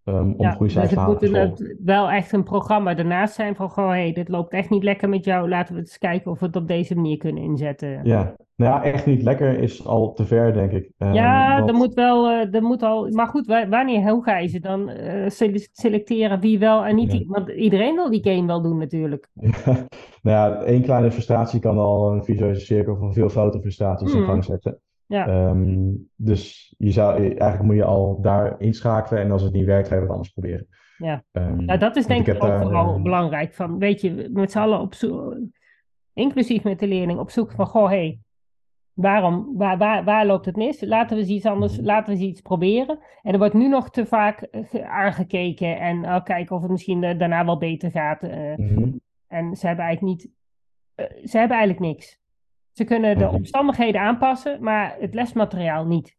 Speaker 2: um, om
Speaker 1: Ja,
Speaker 2: goede
Speaker 1: dus
Speaker 2: cijfers te
Speaker 1: het
Speaker 2: halen
Speaker 1: moet
Speaker 2: op school.
Speaker 1: een, wel echt een programma daarnaast zijn van, goh, hey, dit loopt echt niet lekker met jou. Laten we eens kijken of we het op deze manier kunnen inzetten.
Speaker 2: Ja, nou ja, echt niet lekker is al te ver, denk ik. Um,
Speaker 1: Ja, er
Speaker 2: want
Speaker 1: moet wel, eh, er moet al, maar goed, wa- wanneer, hoe ga je ze dan eh, sele- selecteren wie wel en niet?
Speaker 2: ja.
Speaker 1: die- Want iedereen wil die game wel doen natuurlijk.
Speaker 2: Nou ja, één kleine frustratie kan al een visueuze cirkel van veel grotere frustraties in gang
Speaker 1: Mm,
Speaker 2: zetten.
Speaker 1: ja,
Speaker 2: Ehm, dus je zou, eigenlijk moet je al daar inschakelen en als het niet werkt, ga je wat anders proberen.
Speaker 1: ja.
Speaker 2: Ehm,
Speaker 1: Nou, dat is
Speaker 2: want ik
Speaker 1: denk
Speaker 2: heb
Speaker 1: ik ook
Speaker 2: daar,
Speaker 1: vooral
Speaker 2: eh,
Speaker 1: belangrijk. Van, weet je, met z'n allen op zoek, inclusief met de leerling, op zoek van, goh, hey, waarom, waar, waar, waar loopt het mis? Laten we eens iets anders,
Speaker 2: mhm,
Speaker 1: laten we eens iets proberen. En er wordt nu nog te vaak eh, ge- aangekeken en uh, kijken of het misschien eh, daarna wel beter gaat. eh.
Speaker 2: mhm,
Speaker 1: en ze hebben eigenlijk niet, eh, ze hebben eigenlijk niks. Ze kunnen de
Speaker 2: mhm.
Speaker 1: omstandigheden aanpassen, maar het lesmateriaal niet.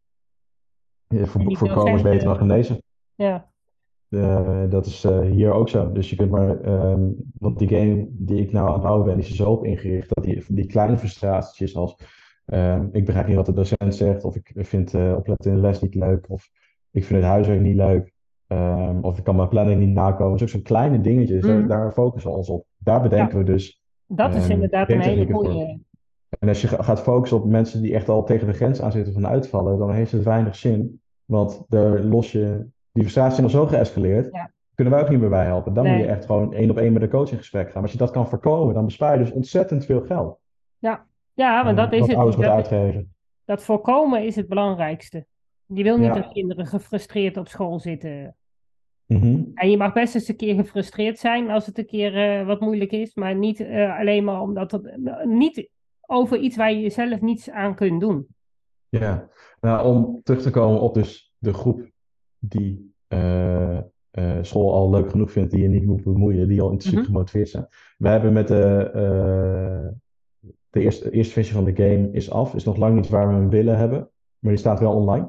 Speaker 2: Ja,
Speaker 1: En
Speaker 2: voor,
Speaker 1: die
Speaker 2: voorkomen is beter dan
Speaker 1: docenten,
Speaker 2: genezen.
Speaker 1: ja.
Speaker 2: Eh, dat is eh, hier ook zo. Dus je kunt maar, ehm, want die game die ik nou aan het bouwen ben, die is er zo op ingericht dat die, die kleine frustraties als ehm, ik begrijp niet wat de docent zegt, of ik vind eh, opletten in de les niet leuk, of ik vind het huiswerk niet leuk, ehm, of ik kan mijn planning niet nakomen. Dus ook zo'n kleine dingetjes, daar,
Speaker 1: Mhm.
Speaker 2: daar focussen we ons op. Daar bedenken
Speaker 1: Ja,
Speaker 2: we dus
Speaker 1: dat is
Speaker 2: ehm,
Speaker 1: inderdaad een hele
Speaker 2: gametechnieken voor.
Speaker 1: goede.
Speaker 2: En als je ga- gaat focussen op mensen die echt al tegen de grens aan zitten van uitvallen, dan heeft het weinig zin. Want daar los je, die frustraties zijn al zo geëscaleerd,
Speaker 1: Ja,
Speaker 2: kunnen wij ook niet meer bij helpen. Dan moet je
Speaker 1: nee.
Speaker 2: echt gewoon één op één met de coach in gesprek gaan. Maar als je dat kan voorkomen, dan bespaar je dus ontzettend veel geld.
Speaker 1: Ja, ja, maar
Speaker 2: eh,
Speaker 1: dat is
Speaker 2: wat
Speaker 1: het.
Speaker 2: ouders moeten
Speaker 1: Dat,
Speaker 2: uitgeven.
Speaker 1: dat voorkomen is het belangrijkste. Je wil niet dat
Speaker 2: Ja.
Speaker 1: kinderen gefrustreerd op school zitten.
Speaker 2: Mhm.
Speaker 1: En je mag best eens een keer gefrustreerd zijn als het een keer eh, wat moeilijk is, maar niet eh, alleen maar omdat het eh, niet over iets waar je jezelf niets aan kunt doen.
Speaker 2: Ja. Nou, om terug te komen op dus de groep die eh, eh, school al leuk genoeg vindt, die je niet moet bemoeien, die al intrinsiek
Speaker 1: Mhm.
Speaker 2: gemotiveerd zijn. We hebben met de, eh, de eerste, eerste versie van de game is af, is nog lang niet waar we hem willen hebben, maar die staat wel online.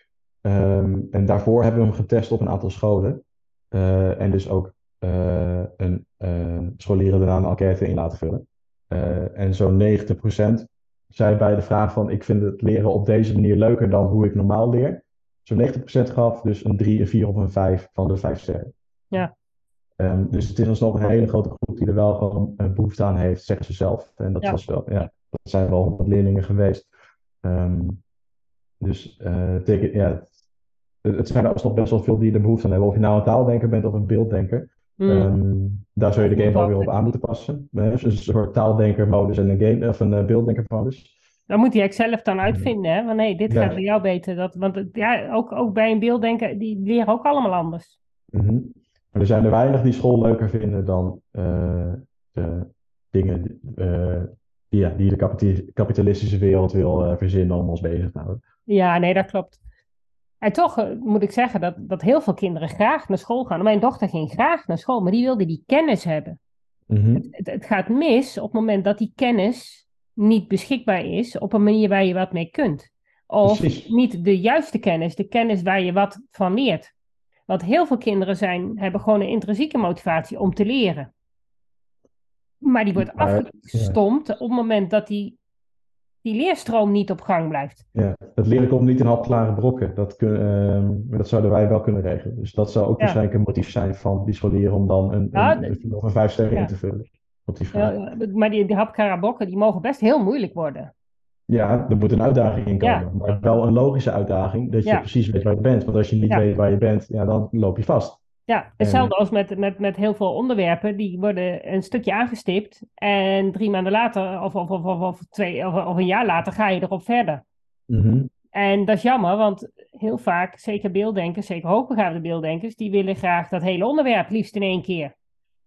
Speaker 2: Ehm, en daarvoor hebben we hem getest op een aantal scholen. Eh, en dus ook eh, een eh, scholieren daarna een enquête in laten vullen. Eh, en zo'n negentig procent zei bij de vraag van ik vind het leren op deze manier leuker dan hoe ik normaal leer. Zo'n negentig procent gaf dus een drie, een vier of een vijf van de vijf sterren.
Speaker 1: Ja,
Speaker 2: Ehm, dus het is alsnog een hele grote groep die er wel gewoon een behoefte aan heeft, zeggen ze zelf. En dat
Speaker 1: ja,
Speaker 2: was wel, ja, dat zijn wel honderd leerlingen geweest. Ehm, dus eh, teken, ja, het zijn er alsnog best wel veel die er behoefte aan hebben. Of je nou een taaldenker bent of een beelddenker.
Speaker 1: mm,
Speaker 2: Ehm, daar zou je
Speaker 1: dat
Speaker 2: de game
Speaker 1: moet
Speaker 2: wel weer op
Speaker 1: altijd.
Speaker 2: aan moeten passen. Eh, Dus een soort taaldenkermodus en een game of een uh, beelddenkermodus.
Speaker 1: Dan moet hij het zelf dan
Speaker 2: Mhm.
Speaker 1: uitvinden, hè? Van nee, dit gaat bij
Speaker 2: Ja.
Speaker 1: jou beter. Dat, want het- ja, ook, ook bij een beelddenker, die leren ook allemaal anders.
Speaker 2: Mhm. Maar er zijn er weinig die school leuker vinden dan eh, de dingen eh, die, ja, die de kapita- kapitalistische wereld wil eh, verzinnen om ons bezig te houden.
Speaker 1: Ja, nee, dat klopt. En toch eh, moet ik zeggen dat, dat heel veel kinderen graag naar school gaan. Mijn dochter ging graag naar school, maar die wilde die kennis hebben. Het,
Speaker 2: Mhm.
Speaker 1: het, het gaat mis op het moment dat die kennis niet beschikbaar is op een manier waar je wat mee kunt. Of
Speaker 2: Precies.
Speaker 1: niet de juiste kennis, de kennis waar je wat van leert. Want heel veel kinderen zijn, hebben gewoon een intrinsieke motivatie om te leren. Maar die wordt
Speaker 2: Maar ja.
Speaker 1: afgestompt op het moment dat die, die leerstroom niet op gang blijft.
Speaker 2: Ja, het leren komt niet in hapklare brokken. Dat, kun, ehm, dat zouden wij wel kunnen regelen. Dus dat zou ook
Speaker 1: Ja,
Speaker 2: waarschijnlijk een motief zijn van die scholieren om dan een,
Speaker 1: nou,
Speaker 2: een,
Speaker 1: d-
Speaker 2: een vier of een vijf sterren in
Speaker 1: ja.
Speaker 2: te vullen op die vraag.
Speaker 1: Ja, maar die, die hapkarabokken, die mogen best heel moeilijk worden.
Speaker 2: Ja, er moet een uitdaging in
Speaker 1: Ja,
Speaker 2: komen, maar wel een logische uitdaging, dat je
Speaker 1: ja,
Speaker 2: precies weet waar je bent. Want als je niet
Speaker 1: ja.
Speaker 2: weet waar je bent, ja, dan loop je vast.
Speaker 1: Ja,
Speaker 2: En,
Speaker 1: hetzelfde als met, met, met heel veel onderwerpen. Die worden een stukje aangestipt. En drie maanden later, of, of, of, of, of twee, of, of een jaar later, ga je erop verder.
Speaker 2: mhm,
Speaker 1: En dat is jammer, want heel vaak, zeker beelddenkers, zeker hoogbegaafde beelddenkers, die willen graag dat hele onderwerp liefst in één keer.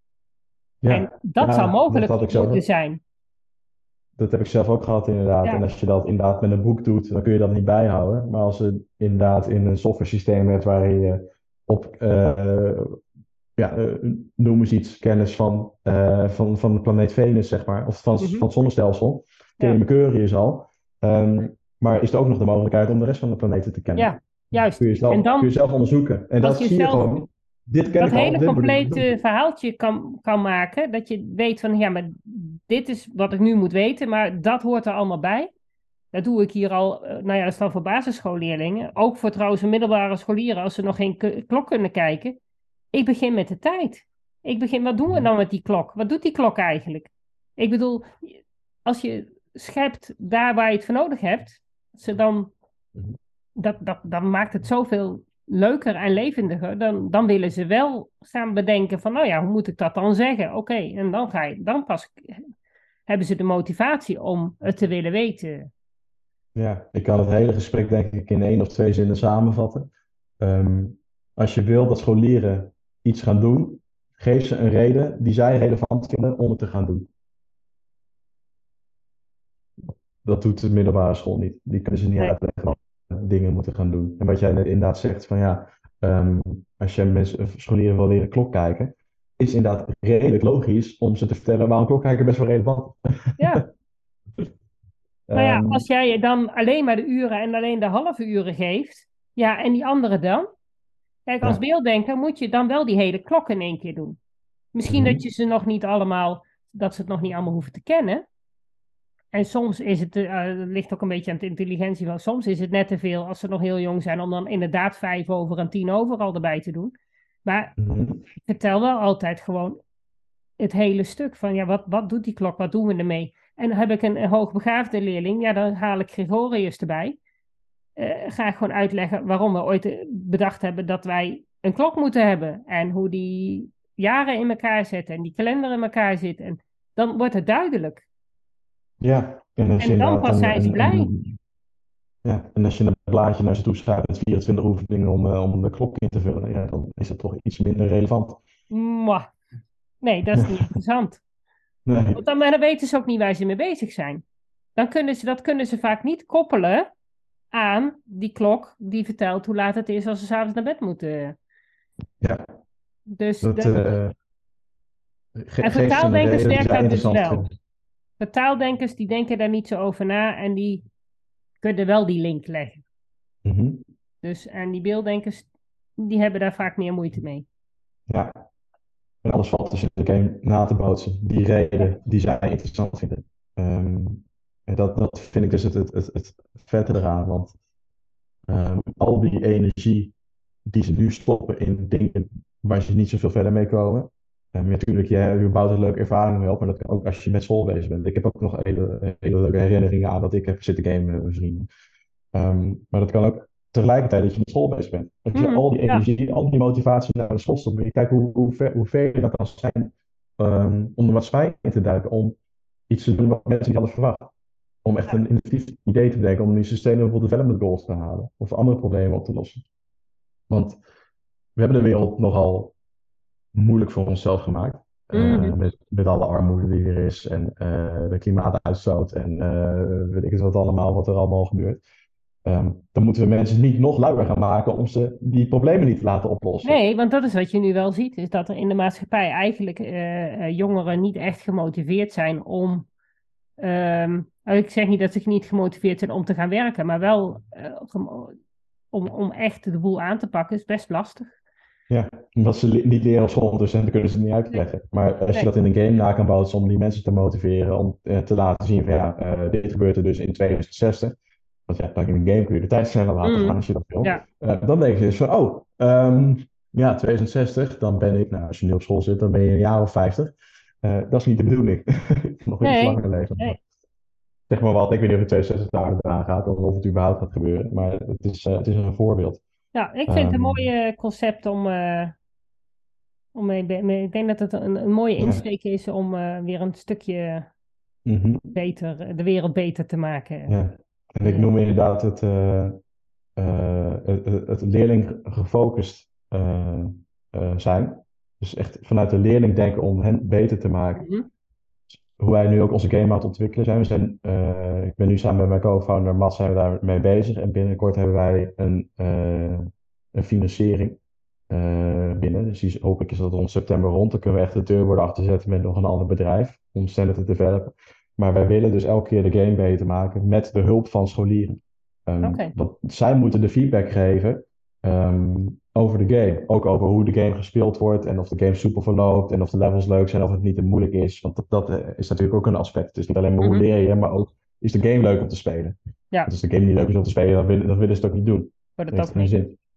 Speaker 1: En
Speaker 2: ja,
Speaker 1: dat zou
Speaker 2: ja, dat
Speaker 1: mogelijk
Speaker 2: had ik zelf
Speaker 1: moeten
Speaker 2: ook.
Speaker 1: zijn.
Speaker 2: Dat heb ik zelf ook gehad, inderdaad. En
Speaker 1: Ja,
Speaker 2: als je dat inderdaad met een boek doet, dan kun je dat niet bijhouden. Maar als je inderdaad in een software systeem hebt waar je op, eh, ja, eh, noem eens iets, kennis van, eh, van, van de planeet Venus, zeg maar, of van, van
Speaker 1: mhm,
Speaker 2: het zonnestelsel, ken je
Speaker 1: ja,
Speaker 2: Mercurius al. Ehm, maar is er ook nog de mogelijkheid om de rest van de planeten te kennen?
Speaker 1: ja, juist.
Speaker 2: Kun je
Speaker 1: En
Speaker 2: zelf, kun je
Speaker 1: dan,
Speaker 2: zelf onderzoeken. En
Speaker 1: als
Speaker 2: dat
Speaker 1: je
Speaker 2: zie je
Speaker 1: zelf
Speaker 2: gewoon. Dit ken
Speaker 1: dat
Speaker 2: ik al,
Speaker 1: hele
Speaker 2: dit moet ik niet doen.
Speaker 1: complete verhaaltje kan, kan maken. Dat je weet van, ja, maar dit is wat ik nu moet weten, maar dat hoort er allemaal bij. Dat doe ik hier al, eh, nou ja, dat is dan voor basisschoolleerlingen. Ook voor trouwens middelbare scholieren, als ze nog geen k- klok kunnen kijken. Ik begin met de tijd. Ik begin, wat doen we
Speaker 2: Mhm.
Speaker 1: dan met die klok? Wat doet die klok eigenlijk? Ik bedoel, als je schept daar waar je het voor nodig hebt, ze dan,
Speaker 2: Mhm.
Speaker 1: dat, dat, dan maakt het zoveel leuker en levendiger. Dan, dan willen ze wel gaan bedenken van, nou ja, hoe moet ik dat dan zeggen? Oké, en dan ga je, dan pas hebben ze de motivatie om het te willen weten.
Speaker 2: Ja, ik kan het hele gesprek denk ik in één of twee zinnen samenvatten. Ehm, als je wil dat scholieren iets gaan doen, geef ze een reden die zij relevant vinden om het te gaan doen. Dat doet de middelbare school niet. Die kunnen ze niet
Speaker 1: Nee.
Speaker 2: uitleggen wat ze dingen moeten gaan doen. En wat jij net inderdaad zegt van ja, ehm, als je mensen, scholieren wil leren klok kijken, is inderdaad redelijk logisch om ze te vertellen waarom klokkijken best wel relevant is.
Speaker 1: Ja, nou ja,
Speaker 2: Ehm,
Speaker 1: als jij je dan alleen maar de uren en alleen de halve uren geeft, ja, en die andere dan? Kijk, als
Speaker 2: ja.
Speaker 1: beelddenker moet je dan wel die hele klok in één keer doen. Misschien dat
Speaker 2: Mhm.
Speaker 1: je ze nog niet allemaal, dat ze het nog niet allemaal hoeven te kennen. En soms is het, eh, het ligt ook een beetje aan de intelligentie van, soms is het net te veel als ze nog heel jong zijn, om dan inderdaad vijf over en tien over al erbij te doen. Maar
Speaker 2: Mhm.
Speaker 1: ik vertel wel altijd gewoon het hele stuk van, ja, wat, wat doet die klok, wat doen we ermee? En heb ik een, een hoogbegaafde leerling, ja, dan haal ik Gregorius erbij. Eh, ga ik gewoon uitleggen waarom we ooit eh, bedacht hebben dat wij een klok moeten hebben. En hoe die jaren in elkaar zitten en die kalender in elkaar zit. En dan wordt het duidelijk.
Speaker 2: Ja, en als je
Speaker 1: En dan
Speaker 2: inderdaad
Speaker 1: pas
Speaker 2: een,
Speaker 1: zijn ze
Speaker 2: een,
Speaker 1: blij.
Speaker 2: een, ja, en als je een blaadje naar ze toe schrijft met vierentwintig oefeningen om, eh, om de klok in te vullen, ja, dan is het toch iets minder relevant.
Speaker 1: Mwah. Nee, dat is niet interessant. Want
Speaker 2: Nee.
Speaker 1: dan, maar dan weten ze ook niet waar ze mee bezig zijn. Dan kunnen ze, dat kunnen ze vaak niet koppelen aan die klok die vertelt hoe laat het is als ze s'avonds naar bed moeten.
Speaker 2: Ja,
Speaker 1: Dus
Speaker 2: dat
Speaker 1: de,
Speaker 2: eh, ge-
Speaker 1: en voor
Speaker 2: geeft ze een
Speaker 1: taaldenkers
Speaker 2: reden die
Speaker 1: werkt
Speaker 2: zij
Speaker 1: dat dus
Speaker 2: interessant
Speaker 1: wel.
Speaker 2: vinden.
Speaker 1: De taaldenkers die denken daar niet zo over na en die kunnen wel die link leggen.
Speaker 2: Mhm.
Speaker 1: Dus, en die beelddenkers, die hebben daar vaak meer moeite mee.
Speaker 2: Ja, en alles valt dus in de game na te bootsen. Die
Speaker 1: Ja.
Speaker 2: reden die zij interessant vinden. Ehm, en dat, dat vind ik dus het, het, het, het vette eraan. Want ehm, al die energie die ze nu stoppen in dingen waar ze niet zoveel verder mee komen. Um, natuurlijk, je, je bouwt er leuke ervaringen mee op, maar dat kan ook als je met school bezig bent. Ik heb ook nog hele, hele leuke herinneringen aan dat ik heb zitten gamen met mijn vrienden. Ehm, maar dat kan ook tegelijkertijd dat je met school bezig bent. Als je
Speaker 1: Mhm,
Speaker 2: al die
Speaker 1: ja.
Speaker 2: energie, al die motivatie naar de school stopt, moet je kijken hoe, hoe, ver, hoe ver je dat kan zijn um, om er wat spijt in te duiken, om iets te doen wat mensen niet hadden verwacht. Om echt een innovatief idee te bedenken, om die Sustainable Development Goals te halen of andere problemen op te lossen. Want we hebben de wereld nogal moeilijk voor onszelf gemaakt. Uh,
Speaker 1: Mhm.
Speaker 2: met, met alle armoede die er is en uh, de klimaatuitstoot en uh, weet ik het wat allemaal, wat er allemaal gebeurt. Um, dan moeten we mensen niet nog luier gaan maken om ze die problemen niet te laten oplossen.
Speaker 1: Nee, want dat is wat je nu wel ziet, is dat er in de maatschappij eigenlijk eh, eh, jongeren niet echt gemotiveerd zijn om, ehm, nou, ik zeg niet dat ze niet gemotiveerd zijn om te gaan werken, maar wel eh, gemo- om, om echt de boel aan te pakken is best lastig.
Speaker 2: Ja, omdat ze li- niet leren op school, dus dan kunnen ze het niet
Speaker 1: Nee,
Speaker 2: uitleggen. Maar als je
Speaker 1: nee.
Speaker 2: dat in een game na kan bouwen om die mensen te motiveren, om uh, te laten zien van ja, uh, dit gebeurt er dus in tweeduizend zestig. Want ja, dan in een game kun je de tijd sneller laten gaan
Speaker 1: Mhm.
Speaker 2: als je dat wil.
Speaker 1: Ja,
Speaker 2: Uh, dan denk je dus van, oh, um, ja, tweeduizend zestig, dan ben ik, nou, als je nu op school zit, dan ben je een jaar of vijftig. Uh, dat is niet de bedoeling. Ik wil nog iets
Speaker 1: nee,
Speaker 2: langer leven. Maar
Speaker 1: nee.
Speaker 2: zeg maar wat, ik weet niet of het tweeduizend zestig daar eraan gaat, of of het überhaupt gaat gebeuren. Maar het is, uh, het is een voorbeeld.
Speaker 1: Ja, ik vind het een
Speaker 2: Um,
Speaker 1: mooi concept om, eh, om mee, mee- ik denk dat het een, een mooie
Speaker 2: ja.
Speaker 1: insteek is om eh, weer een stukje
Speaker 2: Mhm.
Speaker 1: beter, de wereld beter te maken.
Speaker 2: Ja, en ik
Speaker 1: Eh,
Speaker 2: noem inderdaad het, uh, uh, het, het leerling gefocust uh, uh, zijn. Dus echt vanuit de leerling denken om hen beter te maken.
Speaker 1: mhm.
Speaker 2: Hoe wij nu ook onze game aan het ontwikkelen zijn. We zijn uh, ik ben nu samen met mijn co-founder Mats zijn we daarmee bezig. En binnenkort hebben wij een, uh, een financiering uh, binnen. Dus die, hopelijk is dat rond september rond. Dan kunnen we echt de deur worden achterzetten met nog een ander bedrijf. Om sneller te developen. Maar wij willen dus elke keer de game beter maken met de hulp van scholieren. Um,
Speaker 1: Oké.
Speaker 2: want zij moeten de feedback geven um, over de game. Ook over hoe de game gespeeld wordt en of de game soepel verloopt en of de levels leuk zijn of het niet te moeilijk is. Want dat, dat is natuurlijk ook een aspect. Het is niet alleen maar hoe
Speaker 1: Mhm.
Speaker 2: leer je, maar ook is de game leuk om te spelen.
Speaker 1: Ja.
Speaker 2: Als de game niet leuk is om te spelen, dan willen, dan willen ze het ook niet doen.
Speaker 1: Wordt
Speaker 2: Dat
Speaker 1: het
Speaker 2: heeft
Speaker 1: ook
Speaker 2: geen
Speaker 1: niet.
Speaker 2: zin.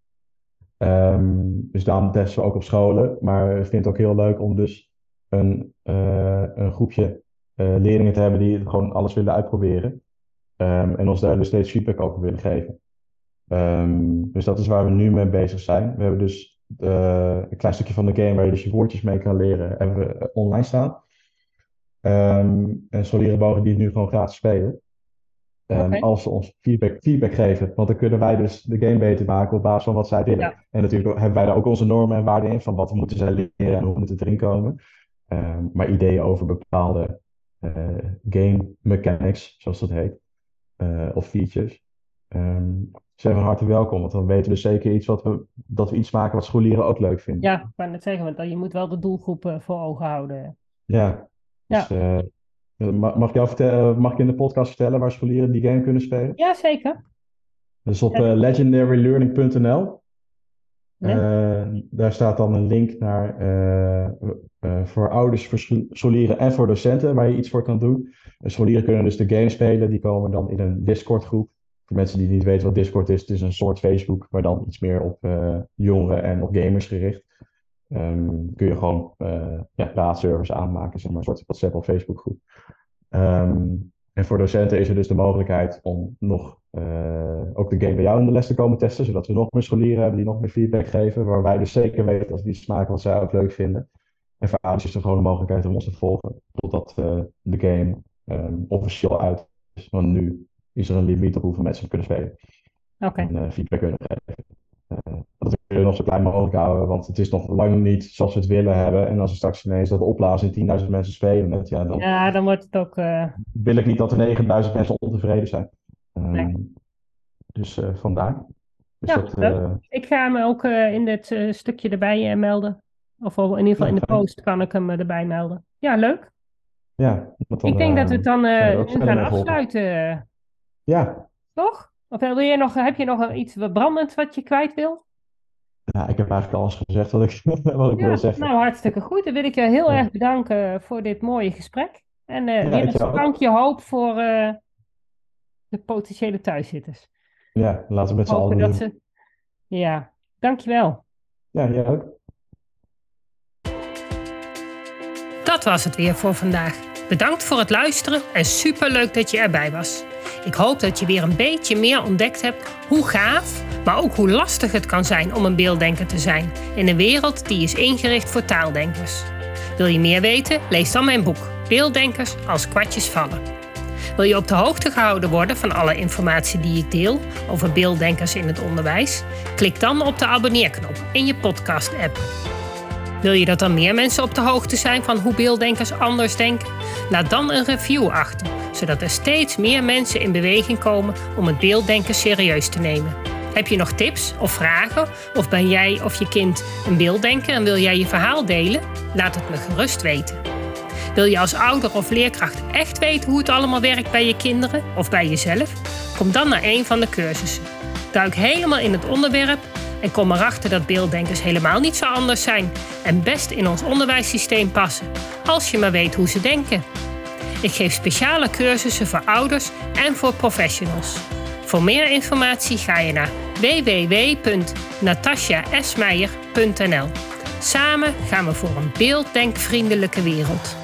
Speaker 2: Um, dus daarom testen we ook op scholen. Maar ik vind het ook heel leuk om dus een, uh, een groepje uh, leerlingen te hebben die gewoon alles willen uitproberen. Um, en ons daar dus steeds feedback over willen geven. Um, dus dat is waar we nu mee bezig zijn. We hebben dus uh, een klein stukje van de game waar je dus je woordjes mee kan leren, hebben we online staan. Um, en scholieren mogen die nu gewoon gratis spelen. Um,
Speaker 1: Okay.
Speaker 2: Als ze ons feedback, feedback geven. Want dan kunnen wij dus de game beter maken op basis van wat zij willen.
Speaker 1: Ja.
Speaker 2: En natuurlijk hebben wij daar ook onze normen en waarden in. Van wat moeten zij leren en hoe moet het erin komen. Um, maar ideeën over bepaalde uh, game mechanics, zoals dat heet. Uh, of features. Um, zijn van harte welkom. Want dan weten we zeker iets wat we, dat we iets maken wat scholieren ook leuk vinden.
Speaker 1: Ja, ik wou net zeggen, want je moet wel de doelgroep uh, voor ogen houden.
Speaker 2: Ja. Dus,
Speaker 1: Ja.
Speaker 2: uh, Mag ik, jou vertellen, mag ik in de podcast vertellen waar scholieren die game kunnen spelen?
Speaker 1: Ja, zeker.
Speaker 2: Dus op uh, legendary learning punt n l.
Speaker 1: Nee?
Speaker 2: Uh, daar staat dan een link naar uh, uh, voor ouders, voor scholieren en voor docenten waar je iets voor kan doen. Uh, scholieren kunnen dus de game spelen. Die komen dan in een Discord groep. Voor mensen die niet weten wat Discord is, het is een soort Facebook, maar dan iets meer op uh, jongeren en op gamers gericht. Um, kun je gewoon uh, ja, praatservers aanmaken, zeg maar, een soort WhatsApp of Facebook groep. Um, en voor docenten is er dus de mogelijkheid om nog uh, ook de game bij jou in de les te komen testen, zodat we nog meer scholieren hebben die nog meer feedback geven, waar wij dus zeker weten dat die smaken wat zij ook leuk vinden. En voor ouders is er gewoon de mogelijkheid om ons te volgen, totdat uh, de game um, officieel uit is. Want nu is er een limiet op hoeveel mensen kunnen spelen.
Speaker 1: Oké.
Speaker 2: Okay. En uh, feedback kunnen geven. Uh, dat we nog zo klein mogelijk houden, want het is nog lang niet zoals we het willen hebben. En als we straks ineens dat opblazen in tienduizend mensen spelen, het, ja, dan,
Speaker 1: ja, dan wordt het ook... Uh...
Speaker 2: wil ik niet dat er negenduizend mensen ontevreden zijn. Um,
Speaker 1: nee.
Speaker 2: Dus uh, vandaar. Dus
Speaker 1: ja,
Speaker 2: dat, uh...
Speaker 1: ik ga me ook uh, in dit uh, stukje erbij uh, melden. Of in ieder geval ja, in de fijn. Post kan ik hem uh, erbij melden. Ja, leuk.
Speaker 2: Ja, dan,
Speaker 1: ik denk uh, dat we het dan uh, nu gaan afsluiten.
Speaker 2: Ja.
Speaker 1: Toch? Of wil je nog, heb je nog iets brandends wat je kwijt wil?
Speaker 2: Ja, ik heb eigenlijk alles gezegd wat ik, wat ik ja, wil zeggen.
Speaker 1: Nou, hartstikke goed. Dan wil ik je heel ja. erg bedanken voor dit mooie gesprek. En uh, ja, weer een sprankje hoop voor uh, de potentiële thuiszitters.
Speaker 2: Ja, laten we met z'n allen doen.
Speaker 1: Ze... Ja, dankjewel.
Speaker 2: Ja, jij ook.
Speaker 1: Dat was het weer voor vandaag. Bedankt voor het luisteren en superleuk dat je erbij was. Ik hoop dat je weer een beetje meer ontdekt hebt hoe gaaf, maar ook hoe lastig het kan zijn om een beelddenker te zijn in een wereld die is ingericht voor taaldenkers. Wil je meer weten? Lees dan mijn boek Beelddenkers als kwartjes vallen. Wil je op de hoogte gehouden worden van alle informatie die ik deel over beelddenkers in het onderwijs? Klik dan op de abonneerknop in je podcast-app. Wil je dat er meer mensen op de hoogte zijn van hoe beelddenkers anders denken? Laat dan een review achter, zodat er steeds meer mensen in beweging komen om het beelddenken serieus te nemen. Heb je nog tips of vragen? Of ben jij of je kind een beelddenker en wil jij je verhaal delen? Laat het me gerust weten. Wil je als ouder of leerkracht echt weten hoe het allemaal werkt bij je kinderen of bij jezelf? Kom dan naar een van de cursussen. Duik helemaal in het onderwerp en kom erachter dat beelddenkers helemaal niet zo anders zijn en best in ons onderwijssysteem passen, als je maar weet hoe ze denken. Ik geef speciale cursussen voor ouders en voor professionals. Voor meer informatie ga je naar w w w punt natasja esmeijer punt n l. Samen gaan we voor een beelddenkvriendelijke wereld.